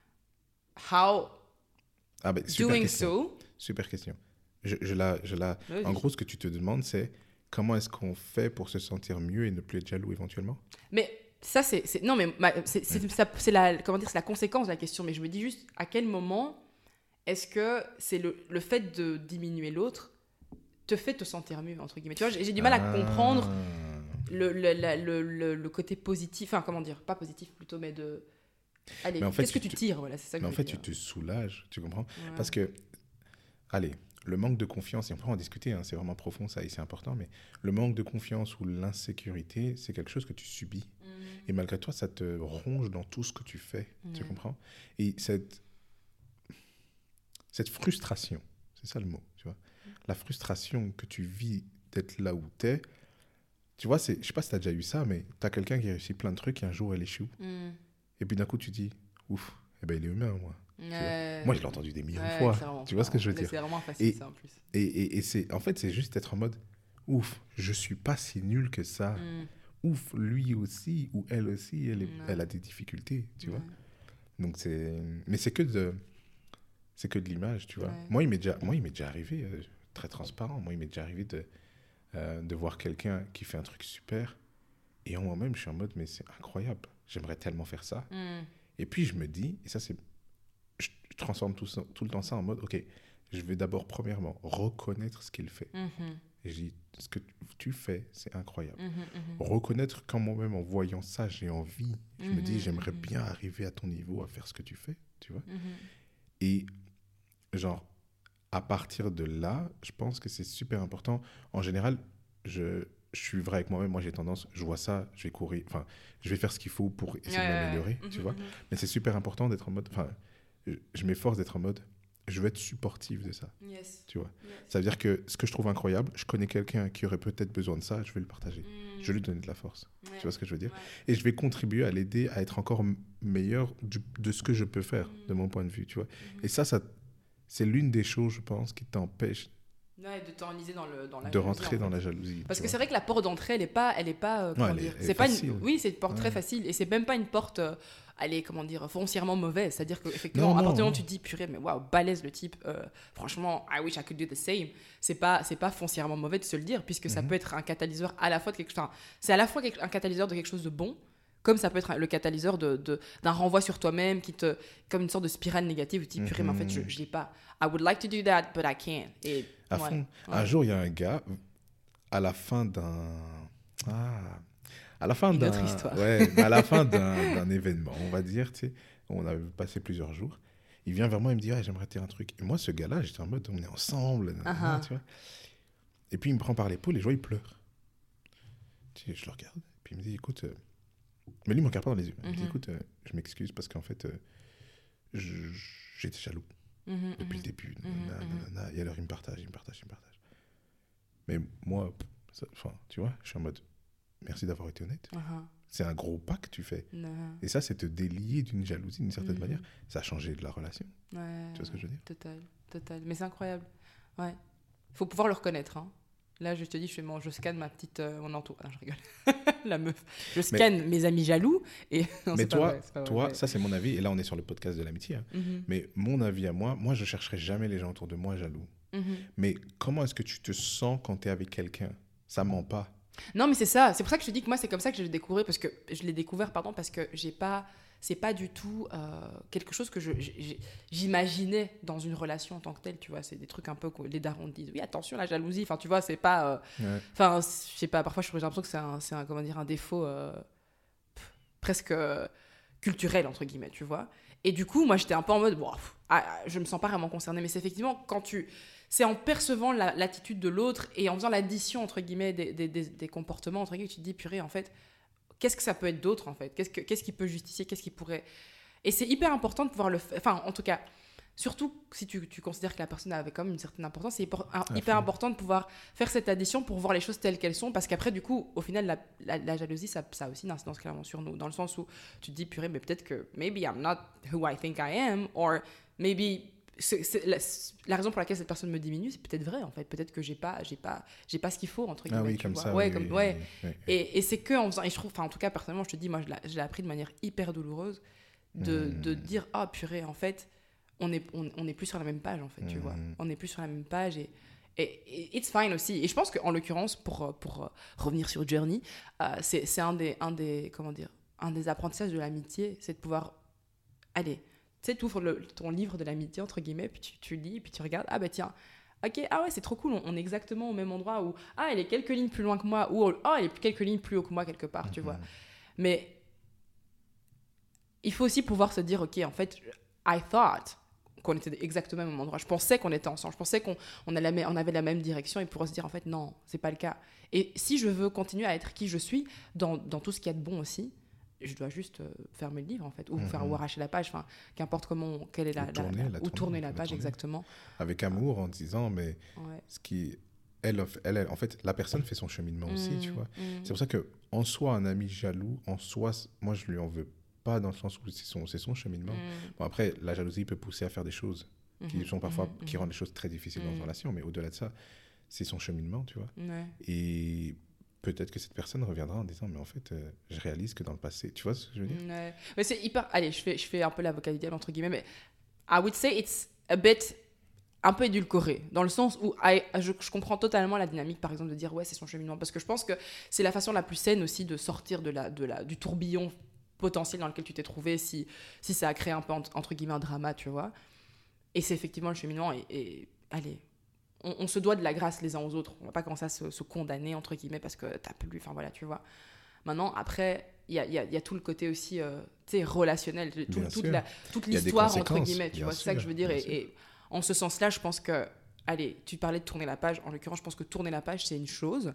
how Ah ben, super doing question. so. Super question. Je, je la, je la... Vas-y. En gros, ce que tu te demandes, c'est comment est-ce qu'on fait pour se sentir mieux et ne plus être jaloux éventuellement? Mais ça, c'est... c'est non, mais ma, c'est, c'est, Mm. ça, c'est, la, comment dire, c'est la conséquence de la question. Mais je me dis juste, à quel moment est-ce que c'est le, le fait de diminuer l'autre te fait te sentir mieux, entre guillemets. Tu vois, j'ai, j'ai du mal à Ah. comprendre le, le, la- le, le, le côté positif, enfin, comment dire, pas positif plutôt, mais de... Allez, Mais en fait, qu'est-ce que tu tu te- tires, voilà, c'est ça que Mais en je veux fait, dire. tu te soulages, tu comprends? Ouais. Parce que, allez, le manque de confiance, et on peut en discuter, hein, c'est vraiment profond ça et c'est important, mais le manque de confiance ou l'insécurité, c'est quelque chose que tu subis. Mhm. Et malgré toi, ça te ronge dans tout ce que tu fais, tu Ouais. comprends? Et cette, cette frustration, c'est ça le mot, tu vois? La frustration que tu vis d'être là où tu es, tu vois, c'est, je sais pas si tu as déjà eu ça, mais tu as quelqu'un qui réussit plein de trucs et un jour elle échoue. Mhm. Et puis d'un coup, tu dis, ouf, eh ben, il est humain, moi. Ouais. Moi, je l'ai entendu des millions de Ouais, fois. clairement. Tu vois ce que je veux Mais dire? c'est vraiment facile, Et, ça, en plus. et, et, et c'est, en fait, c'est juste être en mode, ouf, je suis pas si nul que ça. Mhm. Ouf, lui aussi, ou elle aussi, elle, est- Ouais. elle a des difficultés, tu vois. Ouais. Donc, c'est... Mais c'est que de, c'est que de l'image, tu vois. Ouais. Moi, il m'est déjà, moi, il m'est déjà arrivé, euh, très transparent, moi, il m'est déjà arrivé de, euh, de voir quelqu'un qui fait un truc super, et en moi-même, je suis en mode, mais c'est incroyable, j'aimerais tellement faire ça. Mhm. Et puis, je me dis, et ça, c'est... Je je transforme tout, ça- tout le temps ça en mode, ok, je vais d'abord, premièrement, reconnaître ce qu'il fait. Mhm. Et je dis, ce que tu fais, c'est incroyable. Mhm. Mhm. Reconnaître quand moi-même, en voyant ça, j'ai envie. Je me dis, Mhm, j'aimerais mhm. bien arriver à ton niveau, à faire ce que tu fais, tu vois. Mhm. Et genre, à partir de là, je pense que c'est super important. En général, je, je suis vrai avec moi-même. Moi, j'ai tendance, je vois ça, je vais courir, enfin, je vais faire ce qu'il faut pour essayer Ouais, de ouais, m'améliorer, ouais. tu Mhm, vois. mhm. Mais c'est super important d'être en mode, enfin, je, je m'efforce d'être en mode, je veux être supportif de ça, Yes. tu vois. Yes. Ça veut dire que ce que je trouve incroyable, je connais quelqu'un qui aurait peut-être besoin de ça, je vais le partager. Mhm. Je vais lui donner de la force. Ouais. Tu vois ce que je veux dire? Ouais. Et je vais contribuer à l'aider à être encore m- meilleur du- de ce que je peux faire, de Mhm. mon point de vue, tu vois. Mhm. Et ça, ça c'est l'une des choses, je pense, qui t'empêche Ouais, de t'enliser dans, le, dans la de jalousie, rentrer en dans fait. la jalousie. Parce tu que vois. c'est vrai que la porte d'entrée, elle est pas, elle est pas, euh, comment elle est- dire, elle est c'est pas facile. une, oui, c'est une porte très Ouais. facile et c'est même pas une porte, euh, elle est, comment dire, foncièrement mauvaise. C'est-à-dire que Non, effectivement, à non, partir du moment où non. tu te dis, purée, mais waouh, balèze le type, euh, franchement, I wish I could do the same. C'est pas, c'est pas foncièrement mauvais de se le dire, puisque ça Mhm. peut être un catalyseur à la fois de quelque chose. Enfin, c'est à la fois quelque- un catalyseur de quelque chose de bon. Comme ça peut être le catalyseur de, de- d'un renvoi sur toi-même, qui te, comme une sorte de spirale négative où tu te dis, purée, mais en fait, je Mhm. n'ai pas. I would like to do that, but I can't. Et, À ouais, fond. ouais. Un jour, il y a un gars, à la fin d'un... Ah, à la fin Une d'un... autre histoire. Ouais, à la fin d'un, d'un événement, on va dire, tu sais, on avait passé plusieurs jours. Il vient vers moi, il me dit, ah, j'aimerais dire un truc. Et moi, ce gars-là, j'étais en mode, on est ensemble, nanana, Uh-huh. tu vois. Et puis, il me prend par l'épaule et je vois, il pleure. Tu sais, je le regarde, puis il me dit, écoute... euh, Mais lui, il me regarde pas dans les yeux. Il me dit, Mhm. écoute, euh, je m'excuse parce qu'en fait, euh, je- j'étais jaloux Mhm, depuis mhm. le début. Mhm, nanana, mhm. nanana. Et alors, il me partage, il me partage, il me partage. Mais moi, pff, ça- enfin, tu vois, je suis en mode, merci d'avoir été honnête. Uh-huh. C'est un gros pas que tu fais. Uh-huh. Et ça, c'est te délier d'une jalousie d'une certaine Mhm. manière. Ça a changé de la relation. Ouais, Tu vois ce que je veux dire? Total, total. Mais c'est incroyable. Ouais. Faut pouvoir le reconnaître. Hein. Là, je te dis, je, fais mon, je scanne ma petite, euh, mon entour. Ah, je rigole. La meuf. Je scanne mes amis jaloux et non, Mais c'est pas toi, vrai, c'est pas vrai, toi mais- ça, c'est mon avis. Et là, on est sur le podcast de l'amitié. hein. Mhm, Mais mon avis à moi, moi, je chercherai jamais les gens autour de moi jaloux. mhm. Mais comment est-ce que tu te sens quand tu es avec quelqu'un? Ça ment pas. Non, mais c'est ça. C'est pour ça que je te dis que moi, c'est comme ça que je l'ai découvert parce que je l'ai découvert, pardon, parce que j'ai pas, c'est pas du tout euh, quelque chose que je, j'ai- j'imaginais dans une relation en tant que telle. Tu vois, c'est des trucs un peu que les darons disent. Oui, attention, la jalousie. Enfin, tu vois, c'est pas. euh, Ouais. Enfin, je sais pas. Parfois, j'ai l'impression que c'est un, c'est un, comment dire, un défaut euh, pff, presque euh, culturel entre guillemets, tu vois. Et du coup, moi, j'étais un peu en mode, bon, pff, ah, ah, je me sens pas vraiment concernée. Mais c'est effectivement quand tu c'est en percevant la- l'attitude de l'autre et en faisant l'addition, entre guillemets, des, des, des, des comportements, entre guillemets, que tu te dis, purée, en fait, qu'est-ce que ça peut être d'autre, en fait? Qu'est-ce, que, qu'est-ce qui peut justifier? Qu'est-ce qui pourrait... Et c'est hyper important de pouvoir le faire... Enfin, en tout cas, surtout si tu, tu considères que la personne avait comme une certaine importance, c'est hyper, un- hyper fond. important de pouvoir faire cette addition pour voir les choses telles qu'elles sont, parce qu'après, du coup, au final, la, la, la jalousie, ça, ça a aussi une incidence clairement sur nous, dans le sens où tu te dis, purée, mais peut-être que maybe I'm not who I think I am, or maybe... C'est, c'est la, la raison pour laquelle cette personne me diminue, c'est peut-être vrai en fait. Peut-être que j'ai pas, j'ai pas, j'ai pas ce qu'il faut entre guillemets. Ah oui, tu comme vois. ça. Ouais, oui, comme, oui, ouais. oui, oui, oui. Et, et c'est que en faisant, et je trouve, enfin en tout cas personnellement, je te dis, moi je l'ai, je l'ai appris de manière hyper douloureuse, de, Mm. de dire ah purée en fait, on est, on, on est plus sur la même page en fait, tu Mm. vois. On est plus sur la même page et Et, et it's fine aussi. Et je pense qu'en l'occurrence, pour, pour revenir sur Journey, euh, c'est, c'est un, des, un, des, comment dire, un des apprentissages de l'amitié, c'est de pouvoir... Allez, tu sais, tu ouvres le, ton livre de l'amitié, entre guillemets, puis tu, tu lis, puis tu regardes, ah bah tiens, ok, ah ouais, c'est trop cool, on, on est exactement au même endroit, ou ah, elle est quelques lignes plus loin que moi, ou oh, elle est quelques lignes plus haut que moi quelque part, mm-hmm. tu vois. Mais il faut aussi pouvoir se dire, ok, en fait, I thought... qu'on était exactement au même endroit. Je pensais qu'on était ensemble. Je pensais qu'on on avait, on avait la même direction et pour se dire, en fait, non, c'est pas le cas. Et si je veux continuer à être qui je suis, dans, dans tout ce qu'il y a de bon aussi, je dois juste euh, fermer le livre, en fait, ou, mm-hmm. faire, ou arracher la page, enfin, qu'importe comment, quelle est la... Ou tourner la, la, la, ou tourner la page, tourner. Exactement. Avec amour, en disant, mais ouais. ce qui... Elle, elle, elle, en fait, la personne fait son cheminement mmh, aussi, tu vois. Mmh. C'est pour ça qu'en soi, un ami jaloux, en soi, moi, je lui en veux pas dans le sens où c'est son, c'est son cheminement. Mmh. Bon, après, la jalousie peut pousser à faire des choses qui mmh, sont parfois, mmh, qui rendent les choses très difficiles mmh. dans une relation, mais au-delà de ça, c'est son cheminement, tu vois. Ouais. Et peut-être que cette personne reviendra en disant, mais en fait, euh, je réalise que dans le passé, tu vois ce que je veux dire? Ouais. Mais c'est hyper... Allez, je fais, je fais un peu l'avocat du diable, entre guillemets, mais I would say it's a bit... un peu édulcoré, dans le sens où I, je, je comprends totalement la dynamique, par exemple, de dire ouais, c'est son cheminement, parce que je pense que c'est la façon la plus saine aussi de sortir de la, de la, du tourbillon potentiel dans lequel tu t'es trouvé, si, si ça a créé un peu, entre guillemets, un drama, tu vois. Et c'est effectivement le cheminement, et, et allez, on, on se doit de la grâce les uns aux autres, on va pas commencer à se, se condamner, entre guillemets, parce que t'as plus, enfin voilà, tu vois. Maintenant, après, il y a, y, a, y a tout le côté aussi, euh, tu sais, relationnel, tout, toute, la, toute l'histoire, entre guillemets, tu vois, c'est ça que je veux dire, et, et en ce sens-là, je pense que, allez, tu parlais de tourner la page, en l'occurrence, je pense que tourner la page, c'est une chose.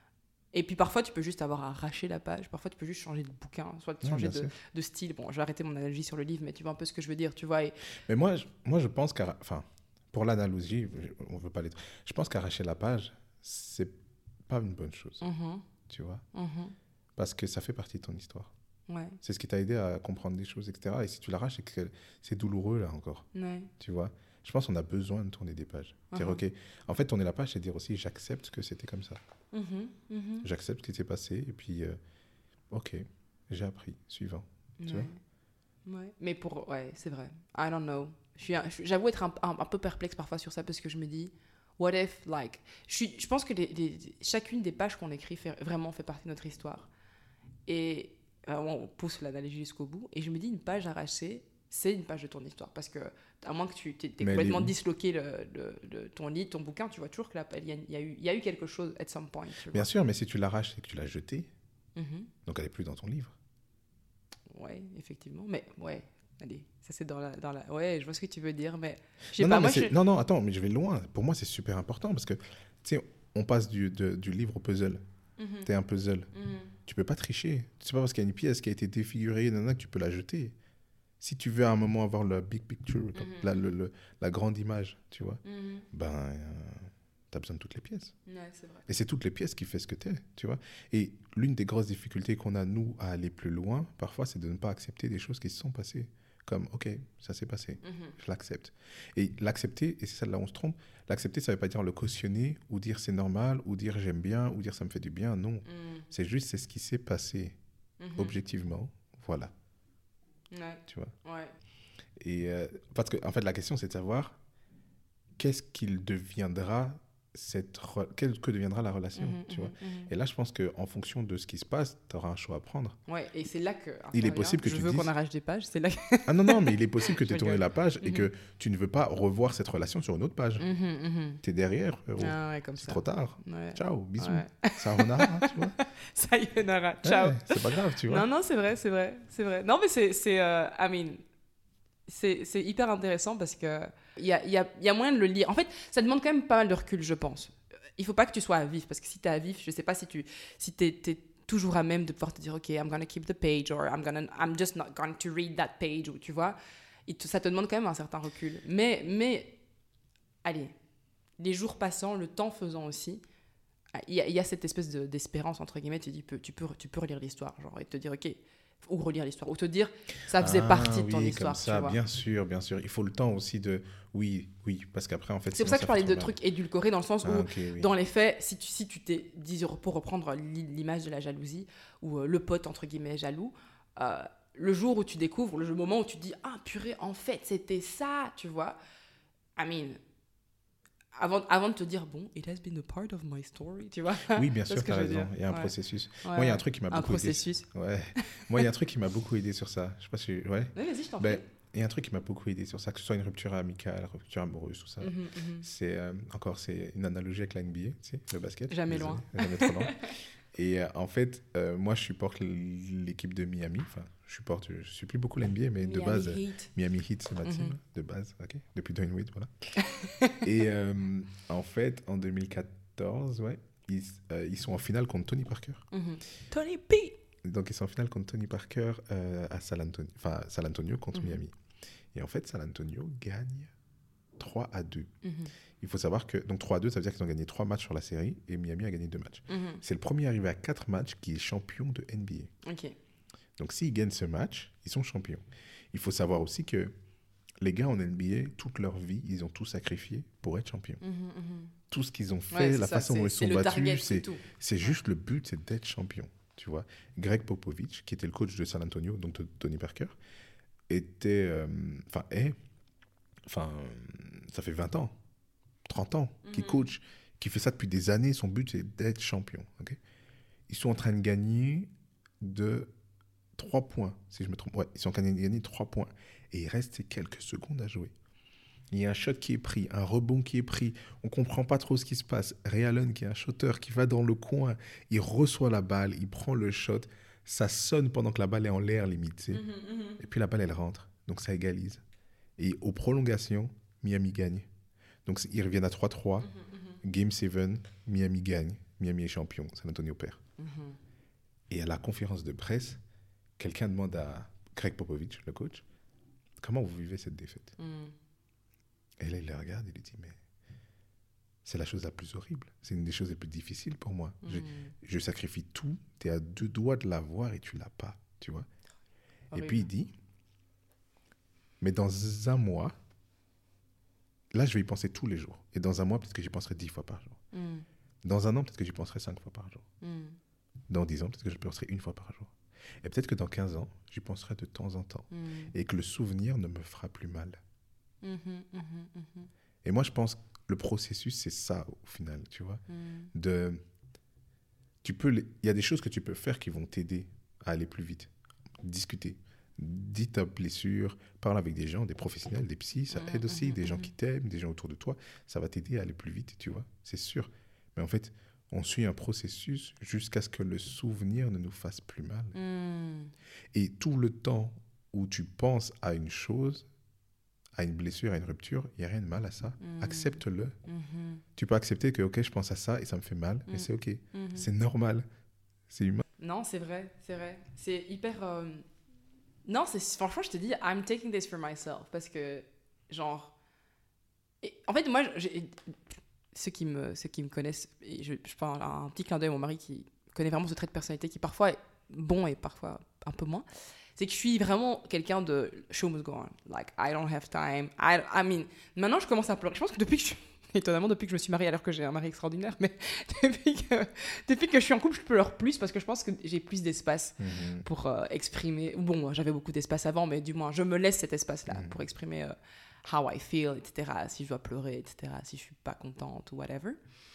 Et puis parfois, tu peux juste avoir arraché la page, parfois, tu peux juste changer de bouquin, soit changer de, de style. Bon, je vais arrêter mon analogie sur le livre, mais tu vois un peu ce que je veux dire, tu vois. Et... Mais moi, je, moi, je pense qu'à... Enfin, pour l'analogie, on veut pas les... Je pense qu'arracher la page, c'est pas une bonne chose, mm-hmm. tu vois. Mm-hmm. Parce que ça fait partie de ton histoire. Ouais. C'est ce qui t'a aidé à comprendre des choses, et cetera. Et si tu l'arraches, c'est que c'est douloureux, là, encore. Ouais. Tu vois. Je pense qu'on a besoin de tourner des pages. Uh-huh. Dire, OK, en fait, tourner la page, c'est dire aussi, j'accepte que c'était comme ça. Uh-huh. Uh-huh. J'accepte ce qui s'est passé, et puis, euh, OK, j'ai appris, suivant. Ouais. Tu vois? Ouais. Mais pour, ouais, c'est vrai. I don't know. Je suis, j'avoue être un, un, un peu perplexe parfois sur ça, parce que je me dis, what if, like, je, suis, je pense que les, les, chacune des pages qu'on écrit fait, vraiment fait partie de notre histoire. Et euh, on pousse l'analogie jusqu'au bout, et je me dis, une page arrachée, c'est une page de ton histoire, parce que à moins que tu t'es, t'es complètement les... disloqué le, le, le, ton lit, ton bouquin, tu vois toujours qu'il y, y, y, y a eu quelque chose at some point. Tu vois. Bien sûr, mais si tu l'arraches et que tu l'as jetée, mm-hmm. donc elle n'est plus dans ton livre. Ouais, effectivement, mais ouais, allez, ça c'est dans la, dans la... Ouais, je vois ce que tu veux dire, mais... Je sais non, pas, non, moi, mais je... non, non, attends, mais je vais loin. Pour moi, c'est super important, parce que, tu sais, on passe du, de, du livre au puzzle. Mm-hmm. T'es un puzzle. Mm-hmm. Tu peux pas tricher. C'est pas parce qu'il y a une pièce qui a été défigurée, nanana, que tu peux la jeter. Si tu veux à un moment avoir le big picture, mm-hmm. la, le, le, la grande image, tu vois, mm-hmm. ben, euh, tu as besoin de toutes les pièces. Ouais, c'est vrai. Et c'est toutes les pièces qui fait ce que tu es, tu vois. Et l'une des grosses difficultés qu'on a, nous, à aller plus loin, parfois, c'est de ne pas accepter des choses qui se sont passées. Comme, OK, ça s'est passé, mm-hmm. je l'accepte. Et l'accepter, et c'est ça là où on se trompe, l'accepter, ça ne veut pas dire le cautionner, ou dire c'est normal, ou dire j'aime bien, ou dire ça me fait du bien, non. Mm. C'est juste, c'est ce qui s'est passé, mm-hmm. objectivement, voilà. Ouais. Tu vois. Ouais. Et euh, parce que en fait la question c'est de savoir qu'est-ce qu'il deviendra cette re... Quelle, que deviendra la relation, mmh, tu mmh, vois. Mmh. Et là je pense que en fonction de ce qui se passe, tu auras un choix à prendre. Ouais, et c'est là que il est possible que je tu veux dises... qu'on arrache des pages, c'est là que... Ah non non, mais il est possible que tu aies tourné la page et mmh. que tu ne veux pas revoir cette relation sur une autre page. Mmh, mmh. Tu es derrière, frérot. Ah ouais, comme c'est ça. trop tard. Ouais. Ciao, bisous. Ouais. Sayonara, tu vois. Sayonara, ciao. Ouais, c'est pas grave, tu vois. Non non, c'est vrai, c'est vrai, c'est vrai. Non mais c'est c'est euh, I mean c'est c'est hyper intéressant parce que il y a il y a il y a moyen de le lire. En fait, ça demande quand même pas mal de recul, je pense. Il faut pas que tu sois à vif, parce que si tu es à vif, je sais pas si tu si t'es, t'es toujours à même de pouvoir te dire OK, I'm gonna keep the page, or I'm gonna I'm just not going to read that page, ou tu vois, et te, ça te demande quand même un certain recul. Mais mais allez, les jours passant, le temps faisant aussi, il y a, il y a cette espèce de, d'espérance entre guillemets. Tu dis tu peux tu peux relire l'histoire, genre, et te dire OK, ou relire l'histoire, ou te dire ça faisait ah, partie de oui, ton histoire, comme ça, tu vois. Bien sûr, bien sûr. Il faut le temps aussi de oui, oui, parce qu'après en fait. C'est pour ça que je parlais de trucs édulcorés, dans le sens où, ah, okay, oui. dans les faits, si tu si tu t'es dit, pour reprendre l'image de la jalousie, ou euh, le pote entre guillemets jaloux, euh, le jour où tu découvres, le moment où tu dis ah purée, en fait c'était ça, tu vois. I mean, avant, avant de te dire, bon, it has been a part of my story, tu vois. Oui, bien C'est sûr, ce tu que as je veux raison. dire. Il y a un Ouais. processus. Ouais, Moi, il y a ouais. un truc qui m'a Un beaucoup aidé. processus. Ouais. Moi, il y a un truc qui m'a beaucoup aidé sur ça. Je sais pas si... Ouais. Oui, vas-y, je t'en Ben, prie. il y a un truc qui m'a beaucoup aidé sur ça, que ce soit une rupture amicale, rupture amoureuse, tout ça. Mhm, mhm. C'est euh, encore c'est une analogie avec la N B A, tu sais, le basket. Jamais Désolé, loin. Jamais trop loin. Et euh, en fait, euh, moi, je supporte l'équipe de Miami. Enfin, je supporte, je, je suis plus beaucoup l'N B A, mais de Miami base, euh, Heat. Miami Heat, c'est ma team, Mhm. de base, ok, depuis Dwayne Wade, voilà. Et euh, en fait, en deux mille quatorze, ouais, ils, euh, ils sont en finale contre Tony Parker. Mhm. Tony P. Donc, ils sont en finale contre Tony Parker euh, à San Antonio, enfin, San Antonio contre Mhm. Miami. Et en fait, San Antonio gagne trois à deux. Mhm. Il faut savoir que donc trois à deux, ça veut dire qu'ils ont gagné trois matchs sur la série et Miami a gagné deux matchs. Mhm. C'est le premier arrivé à quatre matchs qui est champion de N B A. Ok. Donc s'ils gagnent ce match, ils sont champions. Il faut savoir aussi que les gars en N B A, toute leur vie, ils ont tout sacrifié pour être champions. Mhm, mhm. Tout ce qu'ils ont fait, Ouais, c'est la ça, façon dont c'est- ils c'est sont le target, battus, c'est c'est tout. c'est juste le but, c'est d'être champion. Tu vois, Greg Popovich, qui était le coach de San Antonio, donc de Tony Parker, était, euh, enfin est, enfin ça fait vingt ans, trente ans qu'il Mhm. coach, qui fait ça depuis des années. Son but, c'est d'être champion. ok ils sont en train de gagner de trois points, si je me trompe. Ouais, ils sont en train de gagner trois points. Et il reste quelques secondes à jouer. Il y a un shot qui est pris, un rebond qui est pris. On ne comprend pas trop ce qui se passe. Ray Allen, qui est un shooter, qui va dans le coin. Il reçoit la balle, il prend le shot. Ça sonne pendant que la balle est en l'air, limite. tu sais. Mhm, mhm. Et puis la balle, elle rentre. Donc ça égalise. Et aux prolongations, Miami gagne. Donc c'est- ils reviennent à trois trois. Mhm, mhm. Game sept, Miami gagne. Miami est champion. San Antonio perd. Mhm. Et à la conférence de presse, quelqu'un demande à Greg Popovich, le coach, comment vous vivez cette défaite? Mhm. Et là, il le regarde et lui dit, mais c'est la chose la plus horrible. C'est une des choses les plus difficiles pour moi. Je, Mhm. je sacrifie tout. Tu es à deux doigts de l'avoir et tu l'as pas. Tu vois? Et Horrible. puis il dit, mais dans un mois, là, je vais y penser tous les jours. Et dans un mois, peut-être que j'y penserai dix fois par jour. Mhm. Dans un an, peut-être que j'y penserai cinq fois par jour. Mhm. Dans dix ans, peut-être que je penserai une fois par jour. Et peut-être que dans quinze ans, j'y penserai de temps en temps. Mhm. Et que le souvenir ne me fera plus mal. Mhm, mhm, mhm. Et moi, je pense que le processus, c'est ça, au final, tu vois. Mhm. De... Tu peux les- Il y a des choses que tu peux faire qui vont t'aider à aller plus vite. Discuter. Dis ta blessure, parle avec des gens, des professionnels, des psys, ça Mhm, aide aussi, mhm, des gens mhm. qui t'aiment, des gens autour de toi. Ça va t'aider à aller plus vite, tu vois. C'est sûr. Mais en fait, on suit un processus jusqu'à ce que le souvenir ne nous fasse plus mal. Mhm. Et tout le temps où tu penses à une chose, à une blessure, à une rupture, il n'y a rien de mal à ça. Mhm. Accepte-le. Mhm. Tu peux accepter que, ok, je pense à ça et ça me fait mal, mais Mhm. c'est ok. Mhm. C'est normal. C'est humain. Non, c'est vrai, c'est vrai. C'est hyper. euh, Non, c'est franchement, je te dis, I'm taking this for myself parce que, genre, et, en fait, moi, j'ai- ceux qui me, ceux qui me connaissent, et je, je parle un petit clin d'œil à mon mari qui connaît vraiment ce trait de personnalité qui parfois est bon et parfois un peu moins. C'est que je suis vraiment quelqu'un de show must go on. Like, I don't have time. I, I mean, maintenant, je commence à pleurer. Je pense que depuis que je, étonnamment, depuis que je me suis mariée, alors que j'ai un mari extraordinaire, mais depuis que, depuis que je suis en couple, je pleure plus parce que je pense que j'ai plus d'espace pour euh, exprimer. Bon, j'avais beaucoup d'espace avant, mais du moins, je me laisse cet espace-là Mhm. pour exprimer euh, how I feel, et cetera. Si je dois pleurer, et cetera. Si je suis pas contente ou whatever.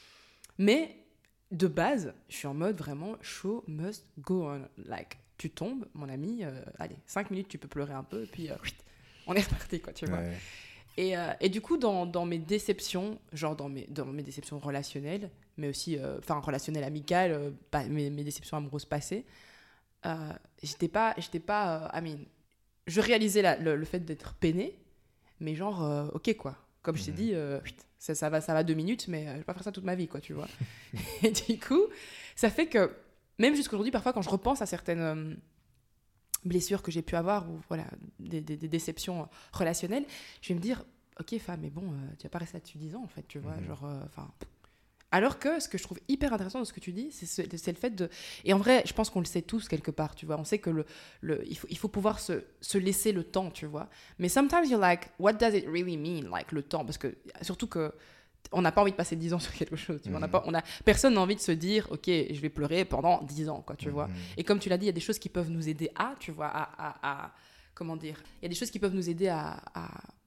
Mais de base, je suis en mode vraiment show must go on. Like, tu tombes, mon ami, euh, allez, cinq minutes, tu peux pleurer un peu, et puis euh, on est reparti, quoi, tu vois. Ouais. Et, euh, et du coup, dans, dans mes déceptions, genre dans mes, dans mes déceptions relationnelles, mais aussi, euh, enfin, relationnelles amicales, euh, pas- mes, mes déceptions amoureuses passées, euh, j'étais pas, j'étais pas, euh, I mean, je réalisais la- le, le fait d'être peinée, mais genre, euh, ok, quoi. Comme je t'ai Mhm. dit, euh, ça, ça, va, ça va deux minutes, mais euh, je vais pas faire ça toute ma vie, quoi, tu vois. Et du coup, ça fait que, même jusqu'aujourd'hui, parfois, quand je repense à certaines euh, blessures que j'ai pu avoir, ou voilà, des, des- des déceptions relationnelles, je vais me dire, ok, femme, mais bon, euh, tu vas pas rester là-dessus dix ans, en fait, tu vois, Mhm. genre, enfin... Alors que ce que je trouve hyper intéressant de ce que tu dis, c'est, ce- c'est le fait de... Et en vrai, je pense qu'on le sait tous quelque part, tu vois. On sait que le, le, il, faut, il faut pouvoir se, se laisser le temps, tu vois. Mais sometimes you're like, what does it really mean, like, le temps? Parce que, surtout que on n'a pas envie de passer dix ans sur quelque chose, tu vois. On n'a Mhm. pas, on a, personne n'a envie de se dire, ok, je vais pleurer pendant dix ans, quoi, tu vois. Mhm. Et comme tu l'as dit, il y a des choses qui peuvent nous aider à, tu vois, à... à- à- comment dire? Il y a des choses qui peuvent nous aider à... à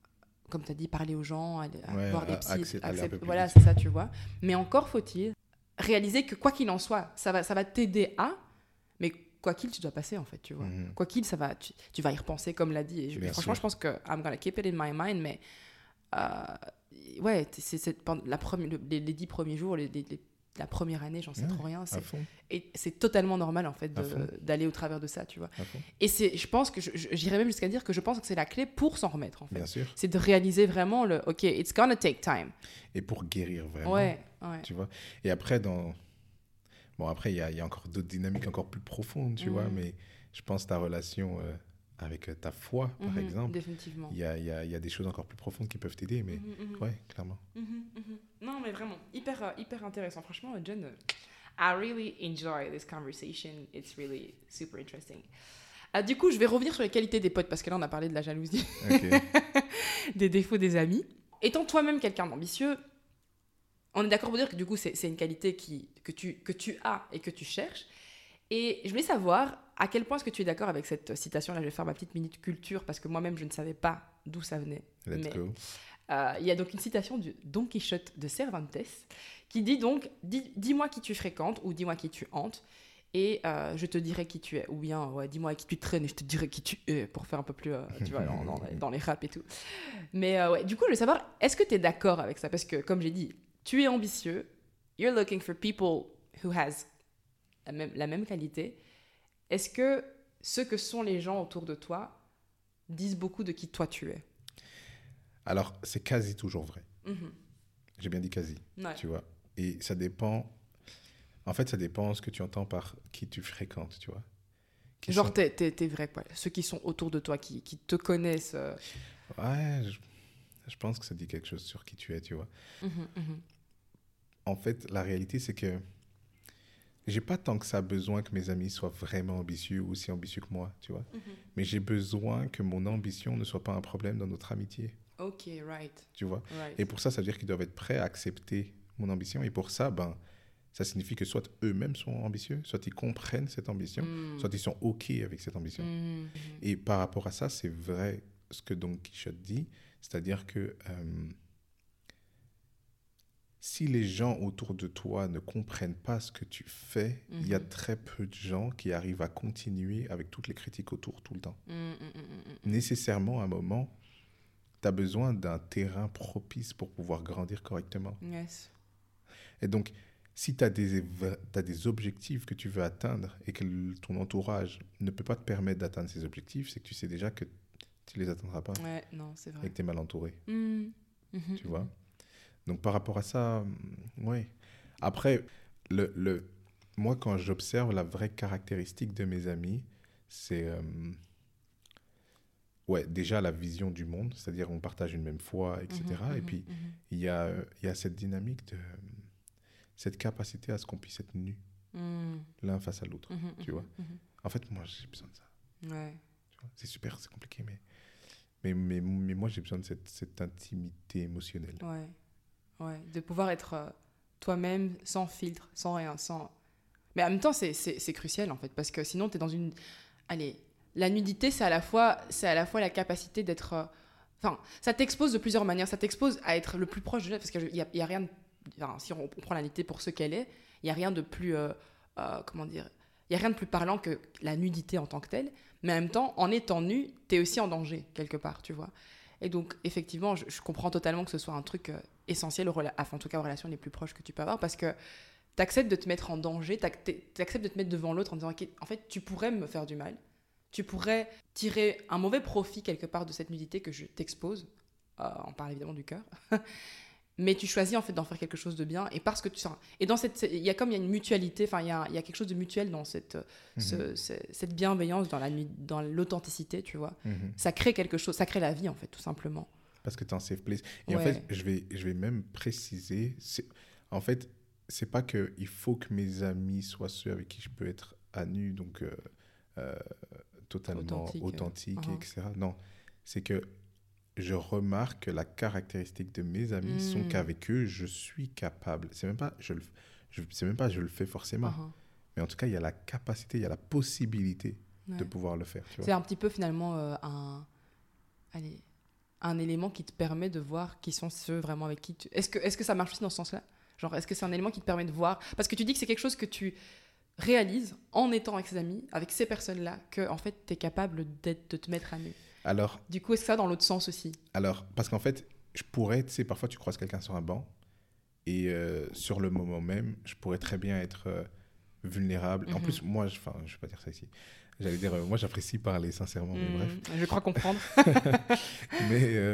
comme tu as dit, parler aux gens, aller, Ouais, voir des à- psys, accé- aller un peu plus voilà, vite. c'est ça, tu vois. Mais encore faut-il réaliser que quoi qu'il en soit, ça va, ça va t'aider à, mais quoi qu'il, tu dois passer en fait, tu vois. Mhm. Quoi qu'il, ça va, tu, tu vas y repenser comme l'a dit. Et je- Bien franchement, sûr. je pense que I'm gonna keep it in my mind, mais euh, ouais, c'est, c'est pendant la première, le- les, les dix premiers jours, les, les- les- la première année, j'en sais Ouais, trop rien. À C'est, fond, et c'est totalement normal en fait À de- fond. d'aller au travers de ça, tu vois. à fond. Et c'est, je pense que je- je- j'irais même jusqu'à dire que je pense que c'est la clé pour s'en remettre en fait. Bien sûr. C'est de réaliser vraiment le OK, it's gonna take time. Et pour guérir vraiment, Ouais, ouais. tu vois. Et après, dans... Bon, après, il y a, il y a encore d'autres dynamiques encore plus profondes, tu Mhm. vois, mais je pense ta relation euh, avec euh, ta foi, par Mhm, exemple, définitivement. il y a, il y a- il y a des choses encore plus profondes qui peuvent t'aider, mais Mhm, mhm. ouais, clairement. Mhm, mhm. Non, mais vraiment, hyper, euh, hyper intéressant. Franchement, Jen, euh, I really enjoy this conversation. It's really super interesting. Ah, du coup, je vais revenir sur les qualités des potes, parce que là, on a parlé de la jalousie, Ok. des défauts des amis. Étant toi-même quelqu'un d'ambitieux, on est d'accord pour dire que du coup, c'est, c'est une qualité qui, que, tu, que tu as et que tu cherches. Et je voulais savoir à quel point est-ce que tu es d'accord avec cette citation-là. Je vais faire ma petite minute culture, parce que moi-même, je ne savais pas d'où ça venait. Let's Mais- go. Euh, il y a donc une citation du Don Quichotte de Cervantes qui dit donc dis, dis-moi qui tu fréquentes ou dis-moi qui tu hantes et euh, je te dirai qui tu es, ou bien ouais, dis-moi avec qui tu traînes et je te dirai qui tu es, pour faire un peu plus euh, tu vois, dans, dans, dans les raps et tout. Mais euh, ouais, du coup je veux savoir, est-ce que tu es d'accord avec ça? Parce que comme j'ai dit, tu es ambitieux, you're looking for people who has la même, la même qualité. Est-ce que ce que sont les gens autour de toi disent beaucoup de qui toi tu es? Alors, c'est quasi toujours vrai. Mhm. J'ai bien dit quasi, Ouais. tu vois. Et ça dépend... En fait, ça dépend ce que tu entends par qui tu fréquentes, tu vois. Qui Genre, sont- t'es, t'es, t'es vrai, quoi. Ceux qui sont autour de toi, qui, qui te connaissent. euh. Ouais, je... je pense que ça dit quelque chose sur qui tu es, tu vois. Mhm, mhm. En fait, la réalité, c'est que j'ai pas tant que ça besoin que mes amis soient vraiment ambitieux ou aussi ambitieux que moi, tu vois. Mhm. Mais j'ai besoin que mon ambition ne soit pas un problème dans notre amitié, Ok, right. tu vois. right. Et pour ça, ça veut dire qu'ils doivent être prêts à accepter mon ambition. Et pour ça, ben, ça signifie que soit eux-mêmes sont ambitieux, soit ils comprennent cette ambition, Mm. soit ils sont OK avec cette ambition. Mhm, mhm. Et par rapport à ça, c'est vrai ce que Don Quichotte dit, c'est-à-dire que euh, si les gens autour de toi ne comprennent pas ce que tu fais, il y a Mhm. très peu de gens qui arrivent à continuer avec toutes les critiques autour tout le temps. Mm, mm, mm, mm, mm. Nécessairement, à un moment, tu as besoin d'un terrain propice pour pouvoir grandir correctement. Yes. Et donc, si tu as des, éve- t'as des objectifs que tu veux atteindre et que le- ton entourage ne peut pas te permettre d'atteindre ces objectifs, c'est que tu sais déjà que tu ne les atteindras pas Ouais, non, c'est et vrai. que tu es mal entouré, Mm. Mhm, tu vois. mhm. Donc, par rapport à ça, oui. Après, le, le, moi, quand j'observe la vraie caractéristique de mes amis, c'est euh, ouais, déjà la vision du monde, c'est-à-dire on partage une même foi, et cetera. Mhm, Et mhm, puis, mhm. il y a, euh, il y a cette dynamique, de, cette capacité à ce qu'on puisse être nus Mm. l'un face à l'autre. Mhm, Tu mhm, vois. mhm. En fait, moi, j'ai besoin de ça. Ouais. tu vois. C'est super, c'est compliqué, mais, mais, mais, mais moi, j'ai besoin de cette, cette intimité émotionnelle. Ouais. Ouais. De pouvoir être euh, toi-même, sans filtre, sans rien, sans... Mais en même temps, c'est, c'est, c'est crucial, en fait, parce que sinon, tu es dans une... Allez, la nudité, c'est à la fois, c'est à la, fois la capacité d'être... euh, Enfin, ça t'expose de plusieurs manières. Ça t'expose à être le plus proche de l'être, parce qu'il n'y a, il y a rien... De... Enfin, si on, on prend la nudité pour ce qu'elle est, il n'y a rien de plus... euh, euh, comment dire? Il n'y a rien de plus parlant que la nudité en tant que telle. Mais en même temps, en étant nu, tu es aussi en danger, quelque part, tu vois. Et donc, effectivement, je, je comprends totalement que ce soit un truc euh, essentiel, aux rela- enfin, en tout cas aux relations les plus proches que tu peux avoir, parce que tu acceptes de te mettre en danger, tu acceptes de te mettre devant l'autre en disant, ok, en fait, tu pourrais me faire du mal, tu pourrais tirer un mauvais profit quelque part de cette nudité que je t'expose, euh, on parle évidemment du cœur, mais tu choisis en fait d'en faire quelque chose de bien, et parce que tu sens... Et dans cette... Il y a comme il y a une mutualité, enfin, il y a, il y a quelque chose de mutuel dans cette, ce- Mhm. ce- cette bienveillance, dans, la, nu- dans l'authenticité, tu vois. Mhm. Ça crée quelque chose, ça crée la vie en fait, tout simplement. Parce que tu es en safe place. Et en Ouais. fait, je vais, je vais même préciser, c'est- en fait, c'est pas qu'il faut que mes amis soient ceux avec qui je peux être à nu, donc euh, euh, totalement Authentique, authentique, euh, uh-huh. et cetera. Non, c'est que je remarque que la caractéristique de mes amis Mm. sont qu'avec eux, je suis capable. C'est même pas, je le, je, c'est même pas, je le fais forcément. Uh-huh. Mais en tout cas, il y a la capacité, il y a la possibilité Ouais. de pouvoir le faire. Tu C'est vois. un petit peu finalement euh, un... Allez, un élément qui te permet de voir qui sont ceux vraiment avec qui tu... Est-ce que, est-ce que ça marche aussi dans ce sens-là? Genre, est-ce que c'est un élément qui te permet de voir... Parce que tu dis que c'est quelque chose que tu réalises en étant avec ses amis, avec ces personnes-là, que en fait, tu es capable d'être, de te mettre à nu. Alors, du coup, est-ce que ça dans l'autre sens aussi? Alors, parce qu'en fait, je pourrais, tu sais, parfois tu croises quelqu'un sur un banc et euh, sur le moment même, je pourrais très bien être euh, vulnérable. Mm-hmm. En plus, moi, je, enfin, je vais pas dire ça ici. J'allais dire, euh, moi, j'apprécie parler sincèrement, mais mm, bref. Je crois comprendre. mais euh,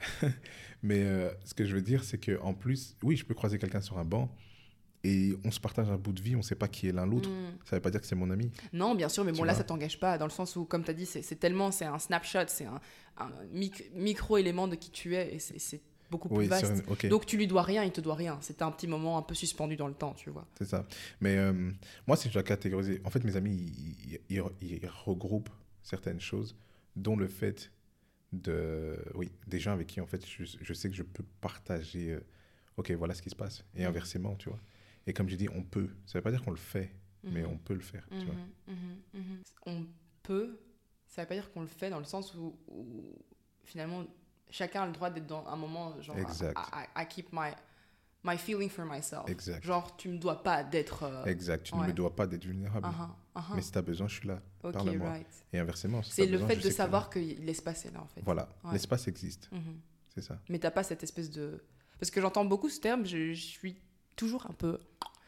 mais euh, ce que je veux dire, c'est qu'en plus, oui, je peux croiser quelqu'un sur un banc et on se partage un bout de vie, on ne sait pas qui est l'un l'autre. Mm. Ça ne veut pas dire que c'est mon ami. Non, bien sûr, mais tu bon, vois? Là, ça ne t'engage pas, dans le sens où, comme tu as dit, c'est, c'est tellement, c'est un snapshot, c'est un, un mic- micro-élément de qui tu es, et c'est, c'est beaucoup plus oui, vaste. Une... Okay. Donc, tu lui dois rien, il te doit rien. C'était un petit moment un peu suspendu dans le temps, tu vois. C'est ça. Mais euh, moi, si je dois catégoriser, en fait, mes amis, ils, ils, ils, ils regroupent certaines choses, dont le fait de... Oui, des gens avec qui, en fait, je, je sais que je peux partager... Euh, OK, voilà ce qui se passe. Et mm. inversement, tu vois. Et comme je dis, on peut. Ça ne veut pas dire qu'on le fait, mm-hmm. mais on peut le faire, mm-hmm. tu vois. Mm-hmm. Mm-hmm. On peut, ça ne veut pas dire qu'on le fait dans le sens où, où finalement, chacun a le droit d'être dans un moment, genre, exact. I, I, I keep my, my feeling for myself. Exact. Genre, tu ne me dois pas d'être... Euh... Exact, tu ouais. ne me dois pas d'être vulnérable. Uh-huh. Uh-huh. Mais si tu as besoin, je suis là, okay, parle-moi. Right. Et inversement, si c'est le besoin, fait de savoir que, que l'espace est là, en fait. Voilà, ouais. l'espace existe, mm-hmm. c'est ça. Mais tu n'as pas cette espèce de... Parce que j'entends beaucoup ce terme, je, je suis toujours un peu...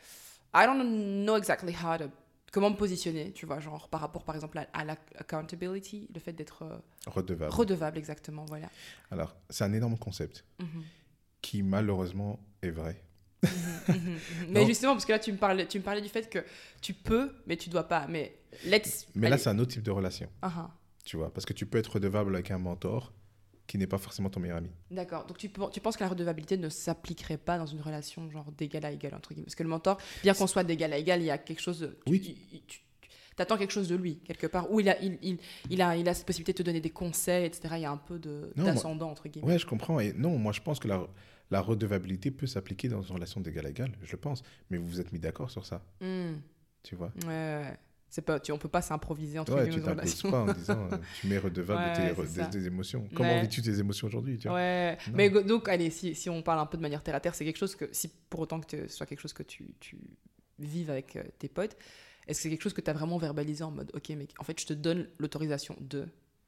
I don't know exactly how to... Comment me positionner, tu vois, genre par rapport, par exemple, à, à l'accountability, le fait d'être... Euh, redevable. Redevable, exactement, voilà. Alors, c'est un énorme concept mm-hmm. qui, malheureusement, est vrai. Mm-hmm, mm-hmm. Mais justement, parce que là, tu me, parlais, tu me parlais du fait que tu peux, mais tu dois pas. Mais, let's... mais là, c'est un autre type de relation, uh-huh. tu vois, parce que tu peux être redevable avec un mentor qui n'est pas forcément ton meilleur ami. D'accord. Donc, tu, tu penses que la redevabilité ne s'appliquerait pas dans une relation genre d'égal à égal, entre guillemets. Parce que le mentor, bien qu'on soit d'égal à égal, il y a quelque chose... De, tu, oui. Tu, tu, tu attends quelque chose de lui, quelque part. Où il a, il, il, il, a, il a cette possibilité de te donner des conseils, et cetera. Il y a un peu de, non, d'ascendant, moi, entre guillemets. Ouais, je comprends. Et non, moi, je pense que la, la redevabilité peut s'appliquer dans une relation d'égal à égal, je le pense. Mais vous vous êtes mis d'accord sur ça. Mm. Tu vois. Ouais, ouais. C'est pas, tu, on ne peut pas s'improviser entre ouais, guillemets. Tu t'imposes pas en disant euh, tu m'es redevable ouais, de tes, des, des émotions. Comment ouais. vis-tu tes émotions aujourd'hui, tu vois? Ouais, non. Mais donc, allez, si, si on parle un peu de manière terre à terre, c'est quelque chose que, si pour autant que ce soit quelque chose que tu, tu vives avec euh, tes potes, est-ce que c'est quelque chose que tu as vraiment verbalisé en mode ok, mais en fait, je te donne l'autorisation de.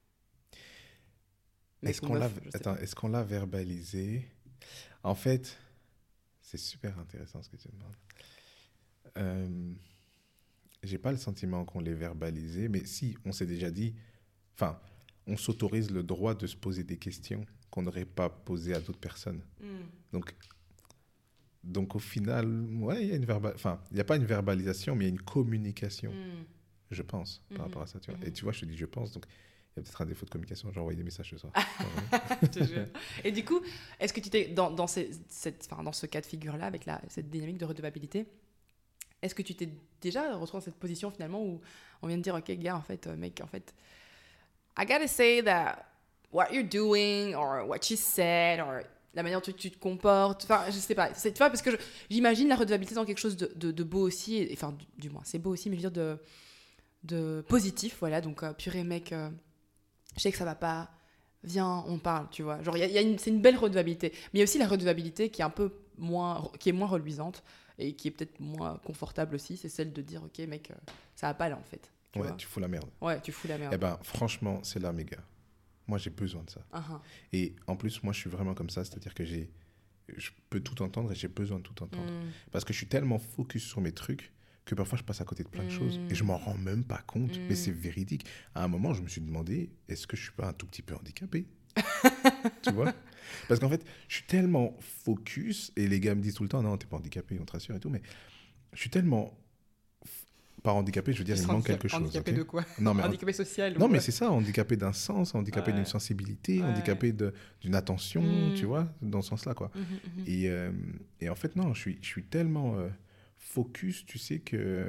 Est-ce qu'on, meuf, l'a, attends, est-ce qu'on l'a verbalisé? En fait, c'est super intéressant ce que tu demandes. Euh. J'ai pas le sentiment qu'on l'ait verbalisé, mais si, on s'est déjà dit, enfin, on s'autorise le droit de se poser des questions qu'on n'aurait pas posées à d'autres personnes. Mm. Donc, donc, au final, ouais, il y a une verba... enfin, il n'y a pas une verbalisation, mais il y a une communication, mm. je pense, par mm-hmm. rapport à ça. Tu vois. Mm-hmm. Et tu vois, je te dis je pense, donc il y a peut-être un défaut de communication, j'ai envoyé des messages ce soir. Je te jure. Et du coup, est-ce que tu t'es, dans, dans, ces, cette, enfin, dans ce cas de figure-là, avec la, cette dynamique de redevabilité, est-ce que tu t'es déjà retrouvé dans cette position finalement où on vient de dire ok gars en fait euh, mec en fait I gotta say that what you're doing or what you said or la manière dont tu, tu te comportes, enfin je sais pas, c'est, tu vois, parce que je, j'imagine la redevabilité dans quelque chose de, de, de beau aussi, et, enfin du, du moins c'est beau aussi, mais je veux dire de, de positif, voilà, donc euh, purée mec euh, je sais que ça va pas, viens on parle, tu vois, genre y a, y a une, c'est une belle redevabilité, mais il y a aussi la redevabilité qui est un peu moins, qui est moins reluisante et qui est peut-être moins confortable aussi, c'est celle de dire ok mec euh, ça va pas là en fait, tu ouais vois. Tu fous la merde, ouais tu fous la merde, eh ben franchement c'est là mes gars, moi j'ai besoin de ça uh-huh. et en plus moi je suis vraiment comme ça, c'est-à-dire que j'ai je peux tout entendre et j'ai besoin de tout entendre mm. parce que je suis tellement focus sur mes trucs que parfois je passe à côté de plein de mm. choses et je m'en rends même pas compte, mm. mais c'est véridique. À un moment je me suis demandé est-ce que je suis pas un tout petit peu handicapé tu vois, parce qu'en fait je suis tellement focus et les gars me disent tout le temps non t'es pas handicapé, on te rassure et tout, mais je suis tellement pas handicapé, je veux dire, il manque quelque chose. Handicapé okay de quoi? Non, mais handicapé social? Non, mais c'est ça, handicapé d'un sens, handicapé ouais. d'une sensibilité, ouais. handicapé de, d'une attention, mmh. tu vois, dans ce sens-là, quoi. Mmh, mmh. Et, euh, et en fait, non, je suis, je suis tellement euh, focus, tu sais, que,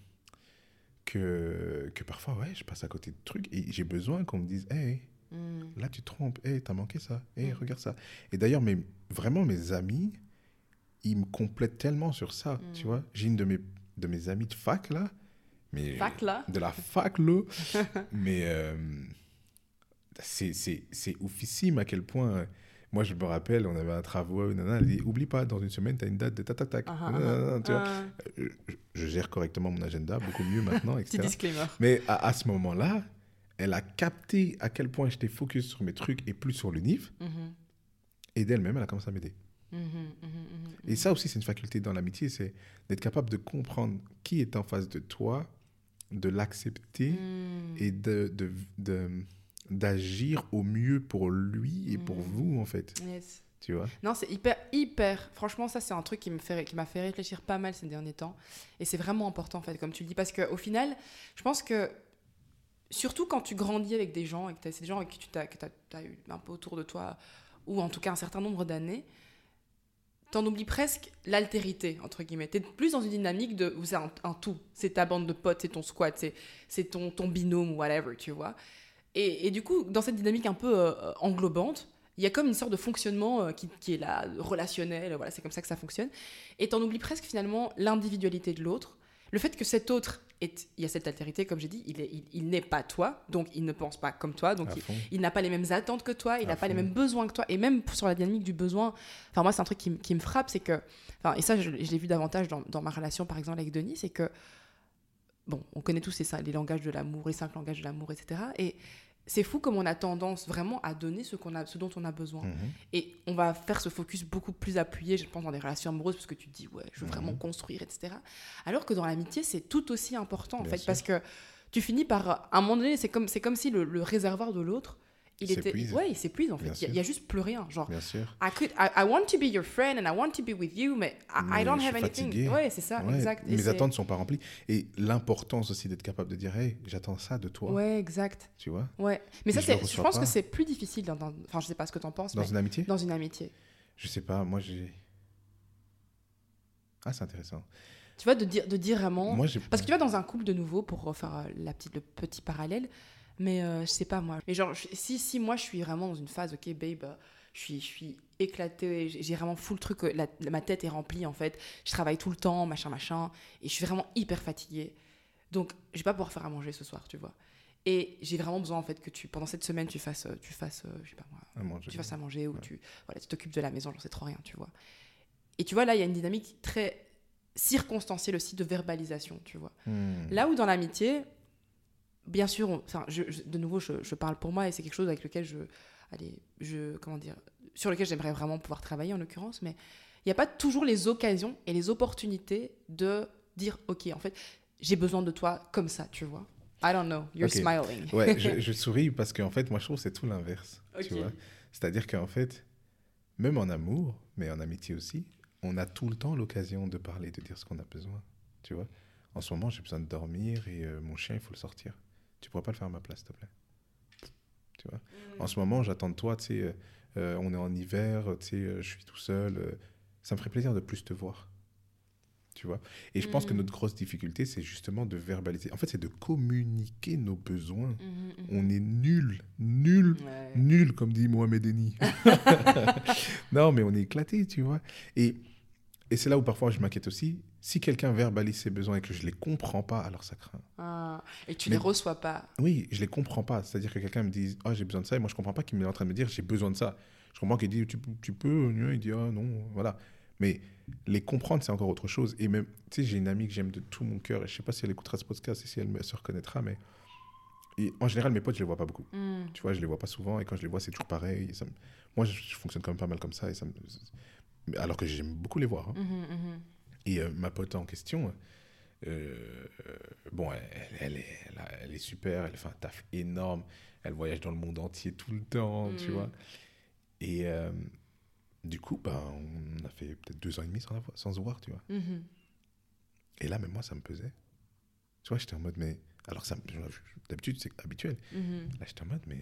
que, que parfois, ouais, je passe à côté de trucs et j'ai besoin qu'on me dise, hey, mmh. là, tu te trompes, hey, t'as manqué ça, hey, mmh. regarde ça. Et d'ailleurs, mes, vraiment, mes amis, ils me complètent tellement sur ça, mmh. tu vois. J'ai une de mes de mes amis de fac, là. Mais, fac, là? De la fac, là. mais, euh, c'est, c'est, c'est oufissime à quel point... euh, Moi, je me rappelle, on avait un travaux, nana, elle dit, oublie pas, dans une semaine, tu as une date de tac, tac, tac. Ah, Nanana, ah, nanana, tu vois. ah. Euh, Je, je gère correctement mon agenda, beaucoup mieux maintenant, Petit et cetera. disclaimer. Mais à, à ce moment-là, elle a capté à quel point j'étais focus sur mes trucs et plus sur le N I V. Mhm, Et d'elle-même, elle a commencé à m'aider. mhm, mhm, mhm, Et ça aussi, c'est une faculté dans l'amitié, c'est d'être capable de comprendre qui est en face de toi, de l'accepter mhm. et de, de, de- d'agir au mieux pour lui et pour Mm. vous, en fait. Yes. Tu vois? Non, c'est hyper, hyper. Franchement, ça, c'est un truc qui me fait, qui m'a fait réfléchir pas mal ces derniers temps. Et c'est vraiment important, en fait, comme tu le dis. Parce qu'au final, je pense que, surtout quand tu grandis avec des gens, et que t'as- c'est des gens avec qui tu t'as, que tu as eu un peu autour de toi, ou en tout cas un certain nombre d'années, t'en oublies presque l'altérité, entre guillemets. T'es plus dans une dynamique de. Où c'est un, un tout. C'est ta bande de potes, c'est ton squad, c'est, c'est ton, ton binôme, whatever, tu vois. Et, et du coup, dans cette dynamique un peu euh, englobante, il y a comme une sorte de fonctionnement euh, qui, qui est là, relationnel, voilà, c'est comme ça que ça fonctionne. Et t'en oublies presque finalement l'individualité de l'autre. Le fait que cet autre, est, il y a cette altérité, comme j'ai dit, il, est, il, il n'est pas toi, donc il ne pense pas comme toi, donc À il, fond. il n'a pas les mêmes attentes que toi, il À n'a pas les fond. mêmes besoins que toi. Et même sur la dynamique du besoin, enfin moi c'est un truc qui, m- qui me frappe, c'est que, enfin, et ça je, je l'ai vu davantage dans, dans ma relation par exemple avec Denis, c'est que, bon, on connaît tous ces, les langages de l'amour, les cinq langages de l'amour, et cetera. Et c'est fou comme on a tendance vraiment à donner ce, qu'on a, ce dont on a besoin. Mhm. Et on va faire ce focus beaucoup plus appuyé, je pense, dans des relations amoureuses, parce que tu te dis, ouais, je veux Mhm. vraiment construire, et cetera. Alors que dans l'amitié, c'est tout aussi important, en Bien fait, sûr. parce que tu finis par, à un moment donné, c'est comme, c'est comme si le, le réservoir de l'autre, il était, S'épuise. ouais, il s'épuise, en fait. Bien Il y a- sûr. il y, a juste plus rien. Genre, Bien sûr. I, could, I, I want to be your friend and I want to be with you, mais I, Mais I don't je have suis anything. fatigué. Ouais, c'est ça, Ouais, exact. Et mes c'est- attentes ne sont pas remplies. Et l'importance aussi d'être capable de dire, hey, j'attends ça de toi. Ouais, exact. Tu vois? Ouais. Mais Et ça, je le c'est, je reçois pense pas. que c'est plus difficile dans, dans- enfin, je sais pas ce que t'en penses, Dans mais une amitié? dans une amitié. Je sais pas. Moi, j'ai. Ah, c'est intéressant. Tu vois, de dire, de dire vraiment. Moi, j'ai. Parce que tu vois, dans un couple de nouveau, pour refaire euh, la petite, le petit parallèle, mais euh, je sais pas moi. Mais genre, je- si, si moi je suis vraiment dans une phase, ok, babe, euh, je suis, je suis éclatée, j'ai j'ai vraiment full truc, euh, la, ma tête est remplie en fait, je travaille tout le temps, machin, machin, et je suis vraiment hyper fatiguée. Donc, je vais pas pouvoir faire à manger ce soir, tu vois. Et j'ai vraiment besoin en fait que tu, pendant cette semaine, tu fasses, euh, tu fasses, euh, je sais pas moi, À manger. tu fasses à manger ou Ouais. tu, voilà, tu t'occupes de la maison, j'en sais trop rien, tu vois. Et tu vois, là, il y a une dynamique très circonstancielle aussi de verbalisation, tu vois. Hmm. Là où dans l'amitié, bien sûr, on- enfin, je, je- de nouveau, je, je parle pour moi et c'est quelque chose avec lequel je, allez, je, comment dire, sur lequel j'aimerais vraiment pouvoir travailler en l'occurrence, mais il n'y a pas toujours les occasions et les opportunités de dire, ok, en fait, j'ai besoin de toi comme ça, tu vois. I don't know, you're Ok. smiling. Ouais, je, je souris parce qu'en fait, moi, je trouve que c'est tout l'inverse. Ok. Tu vois? C'est-à-dire qu'en fait, même en amour, mais en amitié aussi, on a tout le temps l'occasion de parler, de dire ce qu'on a besoin. Tu vois? En ce moment, j'ai besoin de dormir et euh, mon chien, il faut le sortir. Tu pourrais pas le faire à ma place, s'il te plaît? Tu vois? En ce moment, j'attends de toi, tu sais, euh, euh, on est en hiver, tu sais, euh, je suis tout seul. euh, ça me ferait plaisir de plus te voir. Tu vois? Et je pense que Mm. notre grosse difficulté, c'est justement de verbaliser. En fait, c'est de communiquer nos besoins. Mhm, mhm. On est nul, nul, Ouais. nul, comme dit Mohamed Eni. Non, mais on est éclaté, tu vois. Et, et c'est là où parfois je m'inquiète aussi. Si quelqu'un verbalise ses besoins et que je ne les comprends pas, alors ça craint. Ah, et tu Mais- les reçois pas. Oui, je ne les comprends pas. C'est-à-dire que quelqu'un me dise « Ah, j'ai besoin de ça » et moi je ne comprends pas qu'il est en train de me dire « J'ai besoin de ça ». Je comprends qu'il dit tu, « Tu peux », il dit « Ah non », voilà. Mais les comprendre, c'est encore autre chose. Et même, tu sais, j'ai une amie que j'aime de tout mon cœur et je ne sais pas si elle écoutera ce podcast et si elle me- se reconnaîtra, mais et en général, mes potes, je ne les vois pas beaucoup. Mm. Tu vois, je les vois pas souvent et quand je les vois, c'est toujours pareil. Et ça me- Moi, je, je fonctionne quand même pas mal comme ça. Et ça me... Mais alors que j'aime beaucoup les voir. hein. Mhm, mhm. Et euh, ma pote en question, euh, euh, bon, elle, elle est, elle, a- elle est super, elle fait un taf énorme. Elle voyage dans le monde entier tout le temps, tu Mm. vois. Et euh, du coup, ben, on a fait peut-être deux ans et demi sans, avoir- sans se voir, tu vois. Mhm. Et là, même moi, ça me pesait. Tu vois, j'étais en mode, mais. Alors, ça, me- d'habitude, c'est habituel. Mhm. Là, j'étais en mode, mais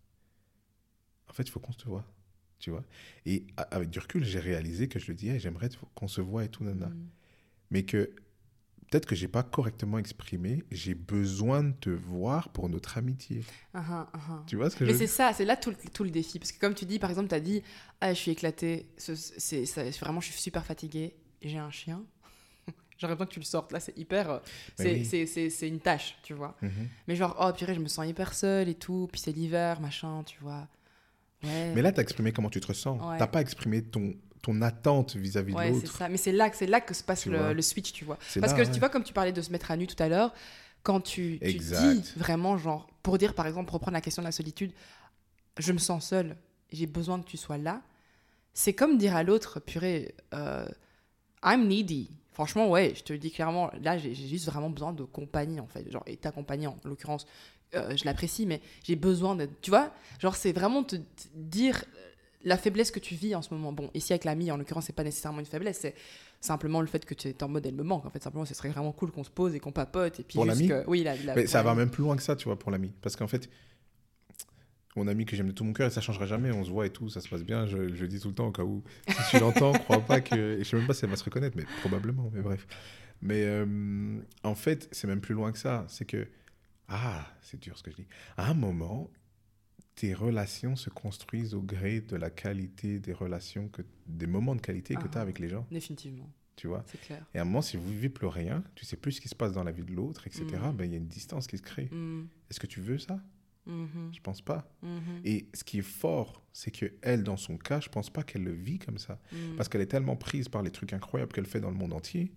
en fait, il faut qu'on se voit, tu vois. Et a- avec du recul, j'ai réalisé que je lui disais, hey, j'aimerais te- qu'on se voit et tout, nana. Mhm. Mais que peut-être que j'ai pas correctement exprimé, j'ai besoin de te voir pour notre amitié. Ah, ah, ah. Tu vois ce que Mais je veux c'est dire? ça, c'est là tout le, tout le défi. Parce que comme tu dis, par exemple, tu as dit, ah, je suis éclatée, ce- c'est, c'est- vraiment, je suis super fatiguée, j'ai un chien. j'aurais besoin que tu le sortes. Là, c'est hyper... euh, Mais C'est, oui. c'est, c'est, c'est une tâche, tu vois. Mhm. Mais genre, oh purée, je me sens hyper seule et tout, puis c'est l'hiver, machin, tu vois. Ouais, Mais là, tu as exprimé comment tu te ressens. Ouais. Tu n'as pas exprimé ton, ton attente vis-à-vis de ouais, c'est l'autre. ça. Mais c'est là, que- c'est là que se passe Tu vois. le, le switch, tu vois. C'est Parce là, que ouais. tu vois, comme tu parlais de se mettre à nu tout à l'heure, quand tu, tu Exact. dis vraiment, genre, pour dire par exemple, pour reprendre la question de la solitude, je me sens seule, j'ai besoin que tu sois là, c'est comme dire à l'autre, purée, euh, I'm needy. Franchement, ouais, je te le dis clairement, là, j'ai, j'ai juste vraiment besoin de compagnie, en fait. Genre, et ta compagnie, en l'occurrence, euh, je l'apprécie, mais j'ai besoin d'être. Tu vois, genre, c'est vraiment te, te dire la faiblesse que tu vis en ce moment. Bon, ici, avec l'ami, en l'occurrence, c'est pas nécessairement une faiblesse, c'est simplement le fait que tu es en mode, elle me manque. En fait, simplement, ce serait vraiment cool qu'on se pose et qu'on papote. Et puis Pour juste l'ami que. Oui, la, la, Mais ça pour va l'ami. même plus loin que ça, tu vois, pour l'ami. Parce qu'en fait, mon ami que j'aime de tout mon cœur, et ça changera jamais, on se voit et tout, ça se passe bien. Je, je le dis tout le temps au cas où, si tu l'entends, crois pas que. Je sais même pas si elle va se reconnaître, mais probablement, mais bref. Mais euh, en fait, c'est même plus loin que ça. C'est que. Ah, c'est dur ce que je dis. À un moment, tes relations se construisent au gré de la qualité des relations, que, des moments de qualité que Ah. tu as avec les gens, Définitivement, tu vois. c'est clair. Et à un moment, si vous vivez plus rien, tu sais plus ce qui se passe dans la vie de l'autre, et cetera, Mm. ben, il y a une distance qui se crée. Mm. Est-ce que tu veux ça? Mhm. Je pense pas. Mhm. Et ce qui est fort, c'est que elle, dans son cas, je pense pas qu'elle le vit comme ça. Mm. Parce qu'elle est tellement prise par les trucs incroyables qu'elle fait dans le monde entier,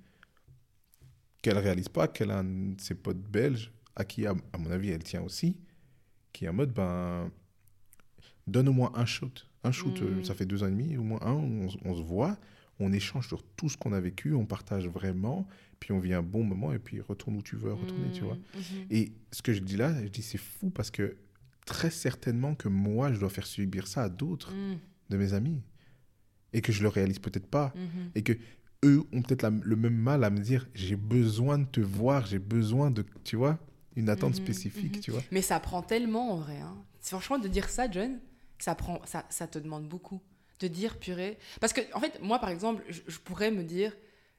qu'elle réalise pas qu'elle a un de ses potes belges, à qui, à, à mon avis, elle tient aussi, qui est en mode, ben, donne au moins un shot. Un shoot, Mm. euh, ça fait deux ans et demi, au moins un, on, s- on se voit, on échange sur tout ce qu'on a vécu, on partage vraiment, puis on vit un bon moment, et puis retourne où tu veux retourner, tu vois. Mhm. Et ce que je dis là, je dis c'est fou parce que très certainement que moi, je dois faire subir ça à d'autres Mm. de mes amis et que je le réalise peut-être pas Mhm. et que eux ont peut-être la- le même mal à me dire j'ai besoin de te voir, j'ai besoin de, tu vois, une attente Mhm, spécifique, mhm. tu vois. Mais ça prend tellement en vrai. Hein. C'est franchement de dire ça, John, ça, prend, ça, ça te demande beaucoup. De dire purée. Parce que, en fait, moi, par exemple, je, je pourrais me dire.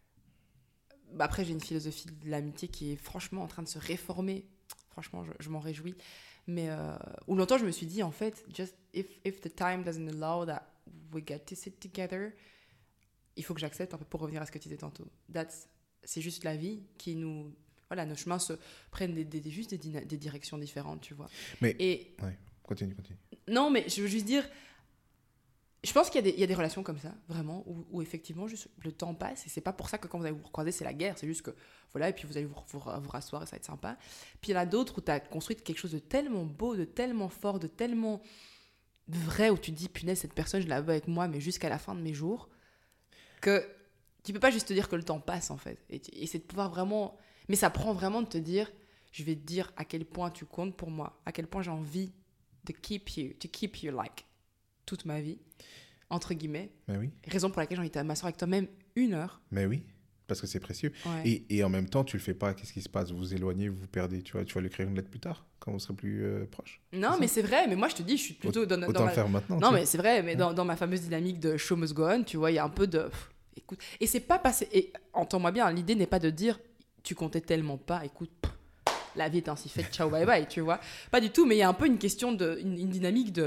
Bah, après, j'ai une philosophie de l'amitié qui est franchement en train de se réformer. Franchement, je, je m'en réjouis. Mais euh, où longtemps, je me suis dit, en fait, just if, if the time doesn't allow that we get to sit together, il faut que j'accepte, un peu pour revenir à ce que tu disais tantôt. That's, c'est juste la vie qui nous. Voilà, nos chemins se prennent des, des, des- juste des, dina- des directions différentes, tu vois. Mais- Et Continue, continue. non, mais je veux juste dire, je pense qu'il y a des, il y a des relations comme ça, vraiment, où, où effectivement, juste le temps passe, et c'est pas pour ça que quand vous allez vous recroiser, c'est la guerre, c'est juste que, voilà, et puis vous allez vous, vous, vous rasseoir et ça va être sympa. Puis il y en a d'autres où tu as construit quelque chose de tellement beau, de tellement fort, de tellement vrai, où tu te dis, punaise, cette personne, je la veux avec moi, mais jusqu'à la fin de mes jours, que tu peux pas juste te dire que le temps passe, en fait. Et, tu- et c'est de pouvoir vraiment... Mais ça prend vraiment de te dire, je vais te dire à quel point tu comptes pour moi, à quel point j'ai envie de keep you, to keep you like, toute ma vie, entre guillemets. Mais oui, Raison pour laquelle j'ai envie de m'asseoir avec toi même une heure. mais oui, parce que c'est précieux. Ouais. Et, et en même temps, tu le fais pas, qu'est-ce qui se passe? Vous vous éloignez, vous vous perdez, tu vois, tu vas lui écrire une lettre plus tard, quand vous serez plus euh, proche. Non, c'est mais ça. c'est vrai, mais moi je te dis, je suis plutôt dans, dans Autant ma... le faire maintenant. Non, tu mais sais. c'est vrai, mais dans, dans ma fameuse dynamique de show must go on, tu vois, il y a un peu de... Pff, écoute, et c'est pas passé... Et entends-moi bien, l'idée n'est pas de dire, tu comptais tellement pas, écoute, pff, la vie est ainsi faite, ciao, bye bye, tu vois. Pas du tout, mais il y a un peu une question de... Une, une dynamique de...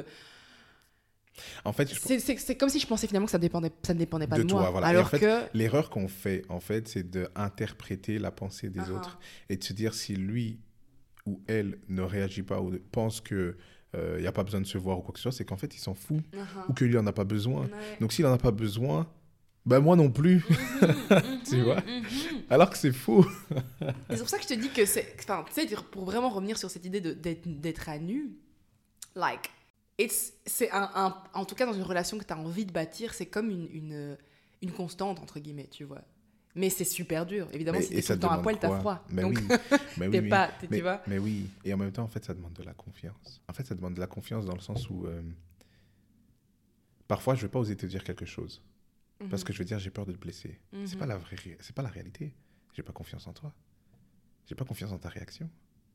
En fait, je C'est, c'est, c'est comme si je pensais finalement que ça, dépendait, ça ne dépendait pas de, De moi. toi, voilà. Et Alors en fait, que... l'erreur qu'on fait, en fait, c'est d'interpréter la pensée des Ah, autres et de se dire si lui ou elle ne réagit pas ou pense que il n'y a pas besoin de se voir ou quoi que ce soit, c'est qu'en fait, il s'en fout ah, ah. ou qu'il n'en a pas besoin. Ouais. Donc, s'il n'en a pas besoin, ben moi non plus. Mhm, Tu vois mhm, mhm. Alors que c'est faux. Et c'est pour ça que je te dis que c'est... Enfin, tu sais, pour vraiment revenir sur cette idée de, d'être, d'être à nu, like, it's, c'est un, un... En tout cas, dans une relation que tu as envie de bâtir, c'est comme une, une, une constante, entre guillemets, tu vois. Mais c'est super dur. Évidemment, Mais- si et t'es tout ça le temps à demande poil, t'as quoi? froid. Mais Donc, oui. Mais oui, t'es oui. pas... t'es- Mais, tu vois. mais oui. Et en même temps, en fait, ça demande de la confiance. En fait, ça demande de la confiance dans le sens où euh, parfois, je vais pas oser te dire quelque chose. Parce que je veux dire, j'ai peur de te blesser. Mhm. C'est pas la vraie, ré- c'est pas la réalité. J'ai pas confiance en toi. J'ai pas confiance en ta réaction.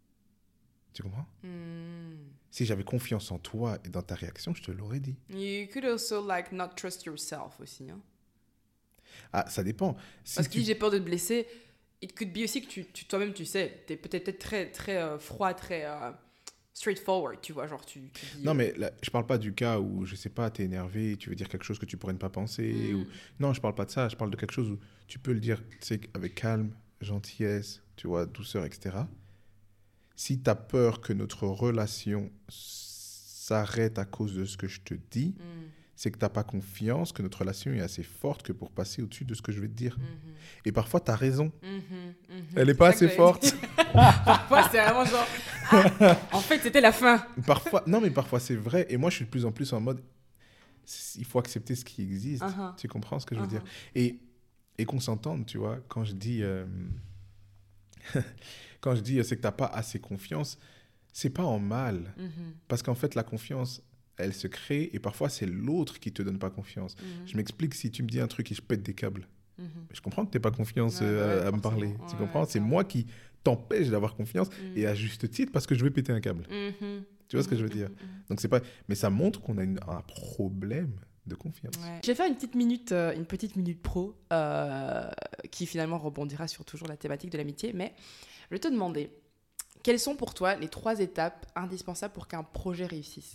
Tu comprends? Mm. Si j'avais confiance en toi et dans ta réaction, je te l'aurais dit. You could also, like, not trust yourself aussi, hein. Ah, ça dépend. Si Parce que tu- si j'ai peur de te blesser, it could be aussi que tu, tu- toi-même, tu sais, t'es peut-être peut-être très, très euh, froid, très... euh, straightforward, tu vois, genre tu, tu dis... Non, euh, mais là, je parle pas du cas où, je sais pas, t'es énervé, tu veux dire quelque chose que tu pourrais ne pas penser. Mm. Ou... Non, je parle pas de ça. Je parle de quelque chose où tu peux le dire, tu sais, avec calme, gentillesse, tu vois, douceur, et cetera. Si tu as peur que notre relation s'arrête à cause de ce que je te dis, mm, c'est que tu n'as pas confiance que notre relation est assez forte que pour passer au-dessus de ce que je vais te dire. mhm, Et parfois, tu as raison. mhm, mhm. Elle n'est C'est pas ça que assez j'allais forte. dire. Parfois, c'est vraiment genre... Ah, en fait, c'était la fin. Parfois, non, mais parfois, c'est vrai. Et moi, je suis de plus en plus en mode, c'est- il faut accepter ce qui existe. Uh-huh. Tu comprends ce que je veux Uh-huh. dire? Et, et qu'on s'entende, tu vois, quand je dis... euh, quand je dis euh, c'est que tu n'as pas assez confiance, c'est pas en mal. Mhm, Parce qu'en fait, la confiance, elle se crée et parfois, c'est l'autre qui te donne pas confiance. mhm, Je m'explique, si tu me dis un truc et je pète des câbles, mhm. je comprends que tu n'as pas confiance Ouais, euh, bah ouais, à me parler. forcément. Tu Ouais, comprends? C'est clairement. moi qui t'empêche d'avoir confiance Mhm. et à juste titre parce que je vais péter un câble. Mhm. Tu vois ce que je veux Mhm, dire? mhm, mhm. Donc, c'est pas... Mais ça montre qu'on a une- un problème de confiance. Ouais. Je vais faire une petite minute, euh, une petite minute pro euh, qui finalement rebondira sur toujours la thématique de l'amitié. Mais je vais te demander, quelles sont pour toi les trois étapes indispensables pour qu'un projet réussisse?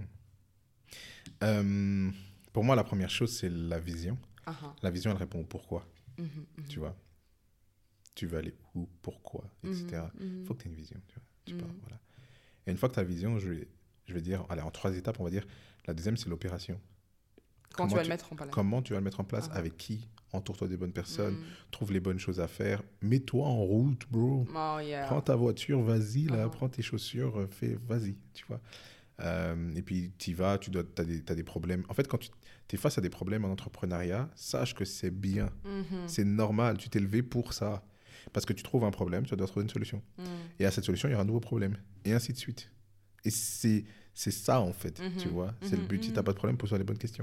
Euh, pour moi, la première chose, c'est la vision. Uh-huh. La vision, elle répond au pourquoi, Mhm, mhm. tu vois. Tu veux aller où, pourquoi, et cetera. Mhm, mhm. Il faut que tu aies une vision, tu vois. Tu Mhm. pars, voilà. Et une fois que tu as la vision, je vais, je vais dire, allez, en trois étapes, on va dire, la deuxième, c'est l'opération. Quand Comment tu vas tu- le mettre en place. Comment tu vas le mettre en place, Ah. avec qui, entoure-toi des bonnes personnes, Mhm. trouve les bonnes choses à faire, mets-toi en route, bro. Oh, yeah. Prends ta voiture, vas-y, là, Ah. prends tes chaussures, euh, fais, vas-y, tu vois. Euh, et puis, tu y vas, tu as des, t'as des problèmes. En fait, quand tu es face à des problèmes en entrepreneuriat, sache que c'est bien. Mhm. C'est normal, tu t'es levé pour ça. Parce que tu trouves un problème, tu dois trouver une solution. Mhm. Et à cette solution, il y aura un nouveau problème. Et ainsi de suite. Et c'est, c'est ça, en fait, Mhm. tu vois. C'est le Mhm, but. Si mhm. tu n'as pas de problème, pose-toi les bonnes questions.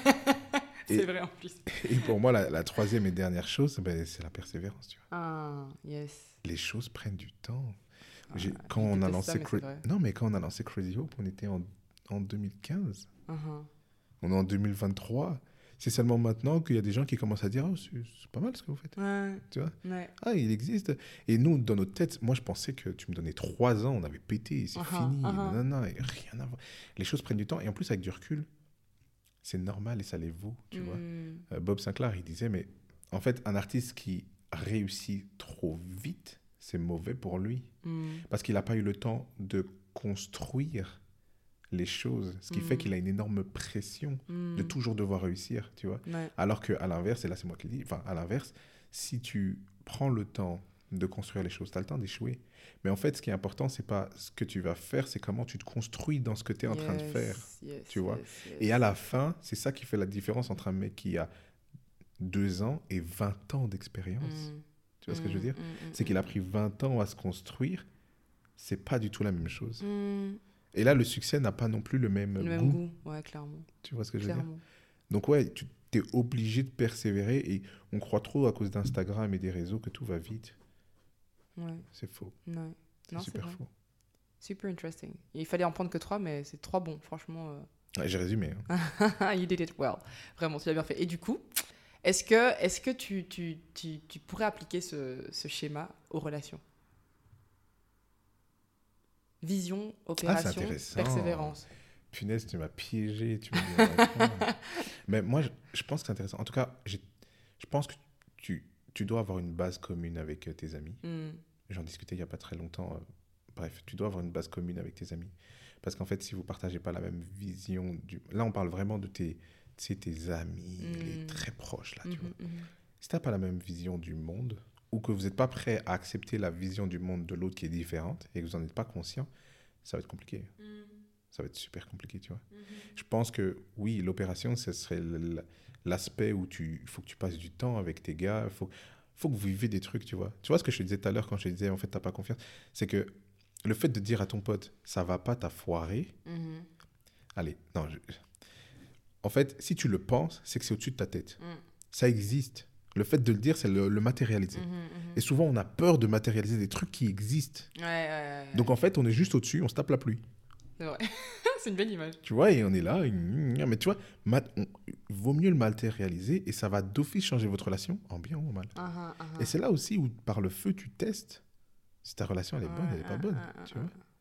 C'est Et- vrai en plus. Et pour moi, la, la troisième et dernière chose, ben, c'est la persévérance, tu vois. Ah, yes. Les choses prennent du temps. Ah, J'ai- je quand, on a déteste lancé ça, mais Cra- c'est vrai. non, mais quand on a lancé Crazy Hope, on était en, en deux mille quinze. Uh-huh. On est en deux mille vingt-trois. C'est seulement maintenant qu'il y a des gens qui commencent à dire oh, c'est, c'est pas mal ce que vous faites. Ouais, Tu vois ouais. Ah, il existe. Et nous, dans notre tête, moi, je pensais que tu me donnais trois ans, on avait pété, c'est Uh-huh, fini. uh-huh. Non, non, rien à voir. Les choses prennent du temps. Et en plus, avec du recul, c'est normal et ça les vaut, tu vois. Mm. Euh, Bob Sinclair, il disait, mais en fait, un artiste qui réussit trop vite, c'est mauvais pour lui. Mm. Parce qu'il n'a pas eu le temps de construire les choses. Ce qui Mm. fait qu'il a une énorme pression Mm. de toujours devoir réussir, tu vois. Ouais. Alors qu'à l'inverse, et là c'est moi qui le dis, enfin à l'inverse, si tu prends le temps de construire les choses, tu as le temps d'échouer. Mais en fait, ce qui est important, c'est pas ce que tu vas faire, c'est comment tu te construis dans ce que tu es en train de Yes, faire. yes, tu vois. yes, yes. Et à la fin, c'est ça qui fait la différence entre un mec qui a deux ans et vingt ans d'expérience. Mm. Tu vois ce que je veux dire? Mm, mm, C'est qu'il a mm. pris vingt ans à se construire. C'est pas du tout la même chose. Mm. Et là, le succès n'a pas non plus le même, Le goût. même goût, ouais, clairement. Tu vois ce que je veux dire? clairement. Donc ouais, tu es obligé de persévérer et on croit trop à cause d'Instagram et des réseaux que tout va vite. Ouais, C'est faux. ouais. C'est Non, c'est super vrai. faux. Super interesting. Il fallait en prendre que trois, mais c'est trois bons, franchement. euh. Ouais, j'ai résumé. hein. You did it well. Vraiment, tu l'as bien fait. Et du coup, est-ce que, est-ce que tu, tu, tu, tu pourrais appliquer ce, ce schéma aux relations? Vision, opération, intéressant. persévérance. Punaise, tu m'as piégé. Tu m'as dit, on va répondre. Mais moi, je, je pense que c'est intéressant. En tout cas, j'ai- je pense que tu, tu dois avoir une base commune avec euh, tes amis. Mm. J'en discutais il n'y a pas très longtemps. euh, bref, tu dois avoir une base commune avec tes amis. Parce qu'en fait, si vous ne partagez pas la même vision... Du... Là, on parle vraiment de tes, tu sais, tes amis, Mm. les très proches. Là, tu vois. Mhm, mhm. Si tu n'as pas la même vision du monde, ou que vous n'êtes pas prêt à accepter la vision du monde de l'autre qui est différente, et que vous n'en êtes pas conscient, ça va être compliqué. Mm. Ça va être super compliqué, tu vois. Mhm. Je pense que, oui, l'opération, ce serait l- l'aspect où tu- il faut que tu passes du temps avec tes gars, il faut, faut que vous vivez des trucs, tu vois. Tu vois ce que je te disais tout à l'heure quand je te disais, en fait, tu n'as pas confiance, c'est que le fait de dire à ton pote, ça va pas, t'as foiré, Mhm. allez, non, je- en fait, si tu le penses, c'est que c'est au-dessus de ta tête. Mm. Ça existe. Le fait de le dire, c'est le, le matérialiser. Mhm, mhm. Et souvent, on a peur de matérialiser des trucs qui existent. Ouais, ouais, ouais, ouais. Donc, en fait, on est juste au-dessus, on se tape la pluie. C'est vrai. C'est une belle image. Tu vois, et on est là. Mais tu vois, mat- on- vaut mieux le matérialiser et ça va d'office changer votre relation, en bien ou en mal. Ah, ah, ah, Et c'est là aussi où, par le feu, tu testes si ta relation, elle est bonne, Ouais, elle n'est pas ah, bonne. ah, ah, Tu ah, vois.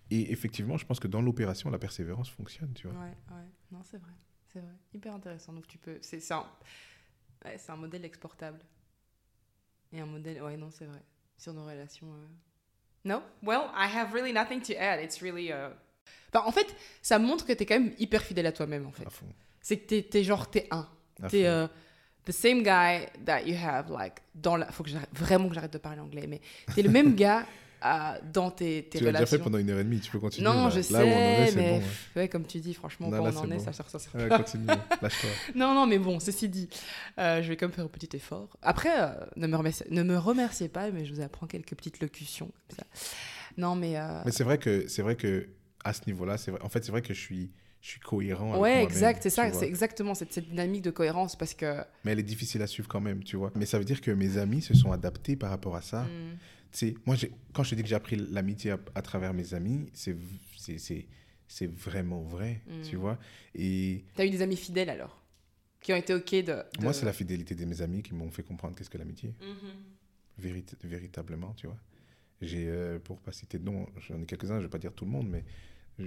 Et effectivement, je pense que dans l'opération, la persévérance fonctionne, tu vois. Ouais, ouais. Non, c'est vrai. C'est vrai. Hyper intéressant. Donc, tu peux... C'est, c'est, un... Ouais, c'est un modèle exportable. Et un modèle... Ouais, non, c'est vrai. Sur nos relations... Euh... No? Well, I have really nothing to add. It's really... Uh... Enfin, en fait, ça montre que t'es quand même hyper fidèle à toi-même, en fait. À fond. C'est que t'es, t'es genre... T'es un. À T'es... fond. Uh... The same guy that you have, like... Dans la... Faut que j'arrête... Vraiment que j'arrête de parler anglais, mais... T'es le même gars... Euh, dans tes, tes tu l'as relations. déjà fait pendant une heure et demie, tu peux continuer. Non, là. je là sais, où on en est, c'est mais bon, ouais. ouais, comme tu dis, franchement, Non, quand là, on en c'est est, bon. ça sert, ça sert Ouais, pas. continue, lâche-toi. Non, non, mais bon, ceci dit, euh, je vais quand même faire un petit effort. Après, euh, ne, me remerciez, ne me remerciez pas, mais je vous apprends quelques petites locutions. Comme ça. Non, mais... Euh... Mais c'est vrai que, c'est vrai que à ce niveau-là, c'est vrai, en fait, c'est vrai que je suis, je suis cohérent avec ouais, moi-même. exact, c'est ça, vois. c'est exactement cette, cette dynamique de cohérence, parce que... Mais elle est difficile à suivre quand même, tu vois. Mais ça veut dire que mes amis se sont adaptés par rapport à ça. Mm. Tu sais, moi, j'ai, quand je te dis que j'ai appris l'amitié à, à travers mes amis, c'est, c'est, c'est, c'est vraiment vrai, Mm. tu vois. Et t'as eu des amis fidèles, alors, qui ont été OK de... de... moi, c'est la fidélité de mes amis qui m'ont fait comprendre qu'est-ce que l'amitié. Mm-hmm. Vérit- véritablement, tu vois. J'ai, euh, pour pas citer de nom, j'en ai quelques-uns, je vais pas dire tout le monde, mais je-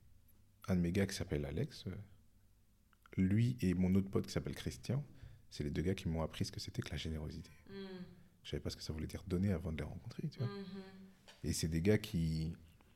un de mes gars qui s'appelle Alex, euh, lui et mon autre pote qui s'appelle Christian, c'est les deux gars qui m'ont appris ce que c'était que la générosité. Mm. Je savais pas ce que ça voulait dire donner avant de les rencontrer, tu vois. Mm-hmm. Et c'est des gars qui,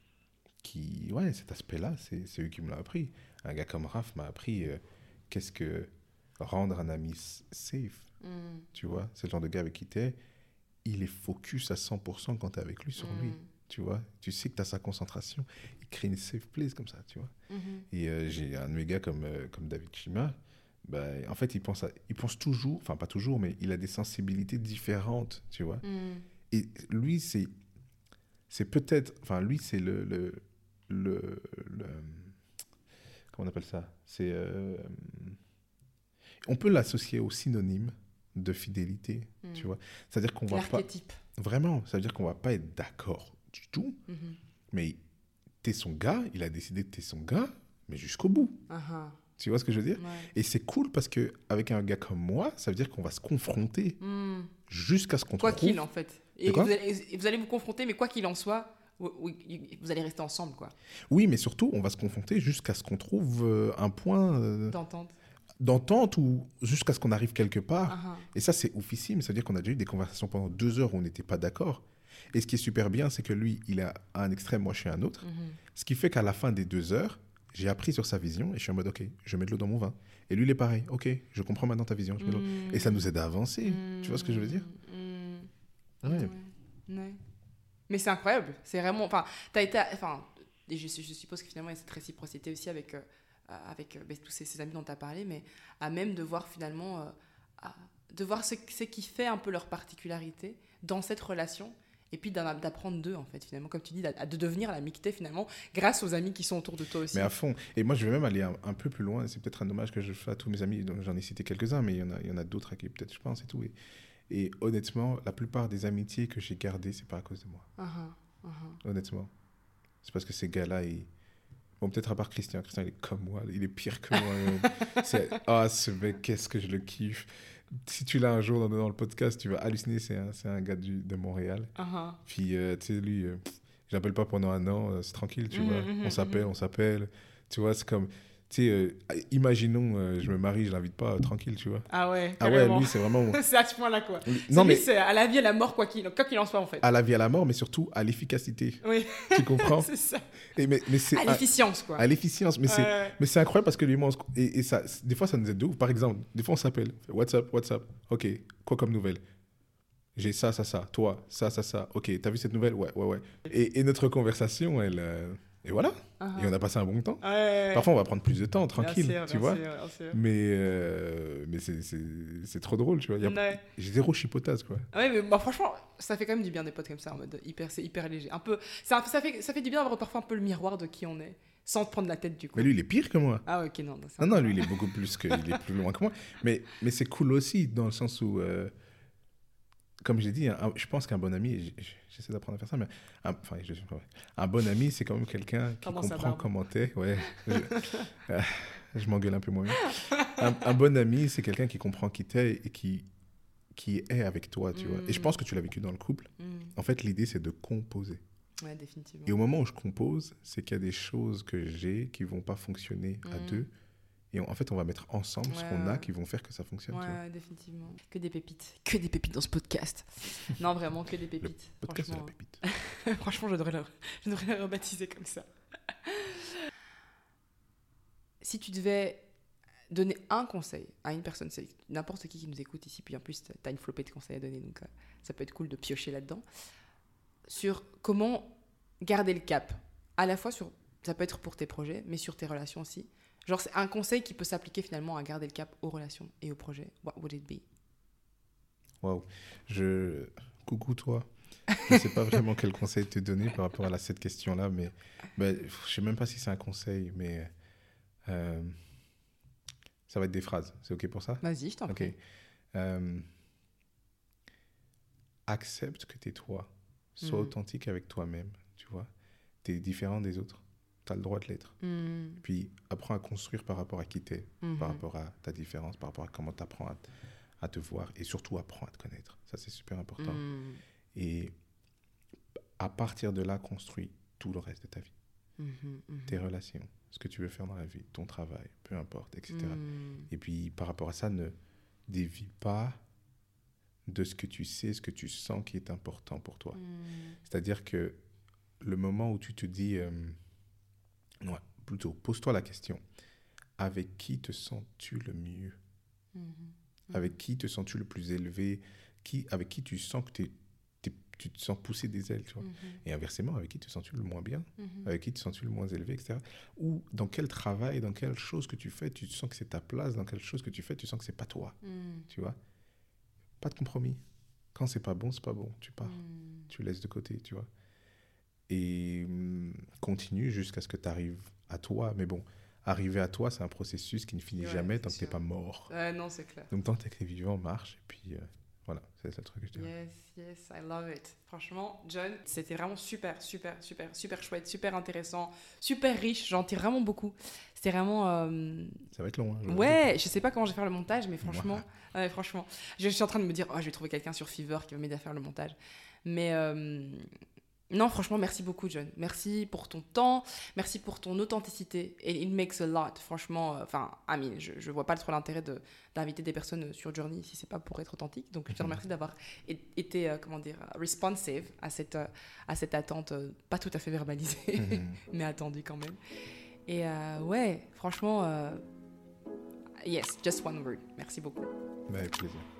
qui ouais, cet aspect-là, c'est, c'est eux qui me l'ont appris. Un gars comme Raph m'a appris euh, qu'est-ce que rendre un ami s- safe, Mm. tu vois. C'est le genre de gars avec qui t'es, il est focus à cent pour cent quand t'es avec lui sur lui, Mm. tu vois. Tu sais que t'as sa concentration, il crée une safe place comme ça, tu vois. Mm-hmm. Et euh, j'ai un de mes gars comme, euh, comme David Chima, bah, en fait, il pense, à, il pense toujours, enfin pas toujours, mais il a des sensibilités différentes, tu vois. Mm. Et lui, c'est, c'est peut-être, enfin lui, c'est le, le, le, le- comment on appelle ça? C'est, euh, on peut l'associer au synonyme de fidélité, Mm. tu vois. C'est-à-dire qu'on va pas, L'archétype. vraiment, ça veut dire qu'on va pas être d'accord du tout, Mm-hmm. mais t'es son gars, il a décidé que t'es son gars, mais jusqu'au bout. Uh-huh. Tu vois ce que je veux dire? Ouais. Et c'est cool parce que avec un gars comme moi, ça veut dire qu'on va se confronter Mm. jusqu'à ce qu'on Quoi trouve. qu'il, en fait. Et De quoi vous, allez, et vous allez vous confronter, mais quoi qu'il en soit, vous, vous- vous allez rester ensemble, quoi. Oui, mais surtout, on va se confronter jusqu'à ce qu'on trouve euh, un point euh, D'entente. d'entente ou jusqu'à ce qu'on arrive quelque part. Uh-huh. Et ça, c'est oufissime. Ça veut dire qu'on a déjà eu des conversations pendant deux heures où on n'était pas d'accord. Et ce qui est super bien, c'est que lui, il est à un extrême, moi, je suis à un autre. Mhm. Ce qui fait qu'à la fin des deux heures, j'ai appris sur sa vision et je suis en mode, OK, je mets de l'eau dans mon vin. Et lui, il est pareil. OK, je comprends maintenant ta vision. Je mets de l'eau. Mm. Et ça nous aide à avancer. Tu vois ce que je veux dire? Mm. Ouais. Ouais. Ouais. Mais c'est incroyable. C'est vraiment... Enfin, t'as été... Enfin, et je, je suppose que finalement, il y a cette réciprocité aussi avec, euh, avec euh, ben, tous ces, ces amis dont tu as parlé, mais à même de voir finalement... euh, à- de voir ce, ce qui fait un peu leur particularité dans cette relation et puis d'en- d'apprendre d'eux, en fait, finalement, comme tu dis, à- de devenir l'amitié, finalement, grâce aux amis qui sont autour de toi aussi. Mais à fond. Et moi, je vais même aller un, un peu plus loin. C'est peut-être un hommage que je fais à tous mes amis. Donc, j'en ai cité quelques-uns, mais il y en a, il y en a d'autres à qui peut-être je pense et tout. Et, et honnêtement, la plupart des amitiés que j'ai gardées, c'est pas à cause de moi. Uh-huh, uh-huh. Honnêtement. C'est parce que ces gars-là, ils... Bon, peut-être à part Christian. Christian, il est comme moi. Il est pire que moi. c'est... Ah, ce mec, qu'est-ce que je le kiffe. Si tu l'as un jour dans, dans le podcast, tu vas halluciner. C'est un, c'est un gars du, de Montréal. Uh-huh. Puis, euh, tu sais, lui, euh, je l'appelle pas pendant un an. euh, c'est tranquille, tu Mhm, vois. mhm, on s'appelle, mhm. on s'appelle. Tu vois, c'est comme... Tu sais, euh, imaginons, euh, je me marie, je l'invite pas, euh, tranquille, tu vois. Ah ouais, Ah ouais, carrément. lui, c'est vraiment... C'est à ce point-là, quoi. Lui- C'est Non, lui, mais c'est à la vie, à la mort, quoi qu'il, quoi qu'il en soit, en fait. à la vie, à la mort, mais surtout à l'efficacité. Oui, Tu comprends? c'est ça. Et mais, mais c'est À à, l'efficience, quoi. à l'efficience. Mais c'est Ouais. mais c'est incroyable parce que lui, moi, on se- et, et ça, des fois, ça nous aide de ouf. Par exemple, des fois, on s'appelle. What's up, what's up? OK, quoi comme nouvelle? J'ai ça, ça, ça. Toi, ça, ça, ça. OK, t'as vu cette nouvelle? Ouais, ouais, ouais. Et, et notre conversation, elle... euh, Et voilà. Uh-huh. Et on a passé un bon temps. Ouais, ouais, ouais. Parfois, on va prendre plus de temps, tranquille, Bien sûr, tu bien vois. sûr, bien sûr. Mais, euh, mais c'est, c'est, c'est trop drôle, tu vois. Y a- Ouais. J'ai zéro chipotase, quoi. Ouais, mais bah, franchement, ça fait quand même du bien des potes comme ça, en mode hyper, c'est hyper léger. Un peu, ça, ça, fait, ça fait du bien d'avoir parfois un peu le miroir de qui on est, sans te prendre la tête du coup. Mais lui, il est pire que moi. Ah ouais, ok, non. c'est Non, non, un- lui, il est beaucoup plus que... Il est plus loin que moi. Mais, mais c'est cool aussi, dans le sens où... euh, comme j'ai dit, un- je pense qu'un bon ami, j- j- j'essaie d'apprendre à faire ça, mais un, enfin, je- ouais. un bon ami, c'est quand même quelqu'un qui Pardon, ça comprend barbe. comment t'es. Ouais, je, euh, je m'engueule un peu moi-même. Un, un bon ami, c'est quelqu'un qui comprend qui t'es et qui, qui est avec toi, tu vois. Et je pense que tu l'as vécu dans le couple. Mm. En fait, l'idée, c'est de composer. Ouais, définitivement. Et au moment où je compose, c'est qu'il y a des choses que j'ai qui vont pas fonctionner à Mhm. deux. Et on- en fait, on va mettre ensemble ce Ouais, qu'on a ouais. qui vont faire que ça fonctionne. tu vois. Ouais, définitivement. Que des pépites. Que des pépites dans ce podcast. Non, vraiment, que des pépites. Podcast de la Franchement, pépite. franchement je, devrais le... je devrais le rebaptiser comme ça. Si tu devais donner un conseil à une personne, c'est n'importe qui qui nous écoute ici, puis en plus, tu as une flopée de conseils à donner, donc euh, ça peut être cool de piocher là-dedans, sur comment garder le cap. À la fois, sur, ça peut être pour tes projets, mais sur tes relations aussi. Genre, c'est un conseil qui peut s'appliquer finalement à garder le cap aux relations et aux projets. What would it be? Waouh. Je... Coucou toi. Je ne sais pas vraiment quel conseil te donner par rapport à la, cette question-là, mais ben, je ne sais même pas si c'est un conseil, mais euh, ça va être des phrases. C'est OK pour ça? Vas-y, je t'en OK. prie. Euh, accepte que tu es toi. Sois Mm. authentique avec toi-même, tu vois. Tu es différent des autres. Tu as le droit de l'être. Mm. Puis apprends à construire par rapport à qui tu es, Mhm. par rapport à ta différence, par rapport à comment tu apprends à, à te voir et surtout apprends à te connaître. Ça, c'est super important. Mm. Et à partir de là, construis tout le reste de ta vie. Mhm, mhm. Tes relations, ce que tu veux faire dans la vie, ton travail, peu importe, et cetera. Mm. Et puis, par rapport à ça, ne dévie pas de ce que tu sais, ce que tu sens qui est important pour toi. Mm. C'est-à-dire que le moment où tu te dis... euh, ouais, plutôt, pose-toi la question. Avec qui te sens-tu le mieux? Mhm. Avec qui te sens-tu le plus élevé? Qui, avec qui tu sens que t'es, t'es, tu te sens pousser des ailes, tu vois? Mhm. Et inversement, avec qui te sens-tu le moins bien? Mhm. Avec qui te sens-tu le moins élevé, et cetera. Ou dans quel travail, dans quelle chose que tu fais, tu sens que c'est ta place, dans quelle chose que tu fais, tu sens que c'est pas toi, Mm. tu vois? Pas de compromis. Quand c'est pas bon, c'est pas bon. Tu pars, Mm. tu laisses de côté, tu vois? Et hum, continue jusqu'à ce que tu arrives à toi. Mais bon, arriver à toi, c'est un processus qui ne finit Ouais, jamais c'est tant que tu n'es sûr. pas mort. Ouais, non, c'est clair. Donc, tant que tu es vivant, marche. Et puis, euh, voilà, c'est le truc que je dirais. Yes, yes, I love it. Franchement, John, c'était vraiment super, super, super, super chouette, super intéressant, super riche. J'en tire vraiment beaucoup. C'était vraiment. euh, Ça va être long. Hein, je- Ouais, je sais pas comment je vais faire le montage, mais franchement, ouais, franchement, je suis en train de me dire, oh, je vais trouver quelqu'un sur Fiverr qui va m'aider à faire le montage. Mais euh, non, franchement, merci beaucoup, John. Merci pour ton temps, merci pour ton authenticité. Et it makes a lot, franchement. Enfin, euh, I mean, je, je vois pas trop l'intérêt de, d'inviter des personnes sur Journey si c'est pas pour être authentique. Donc, je te remercie d'avoir é- été, euh, comment dire, responsive à cette, euh, à cette attente, euh, pas tout à fait verbalisée, Mhm. mais attendue quand même. Et euh, ouais, franchement, euh, yes, just one word. Merci beaucoup. Bah, avec plaisir.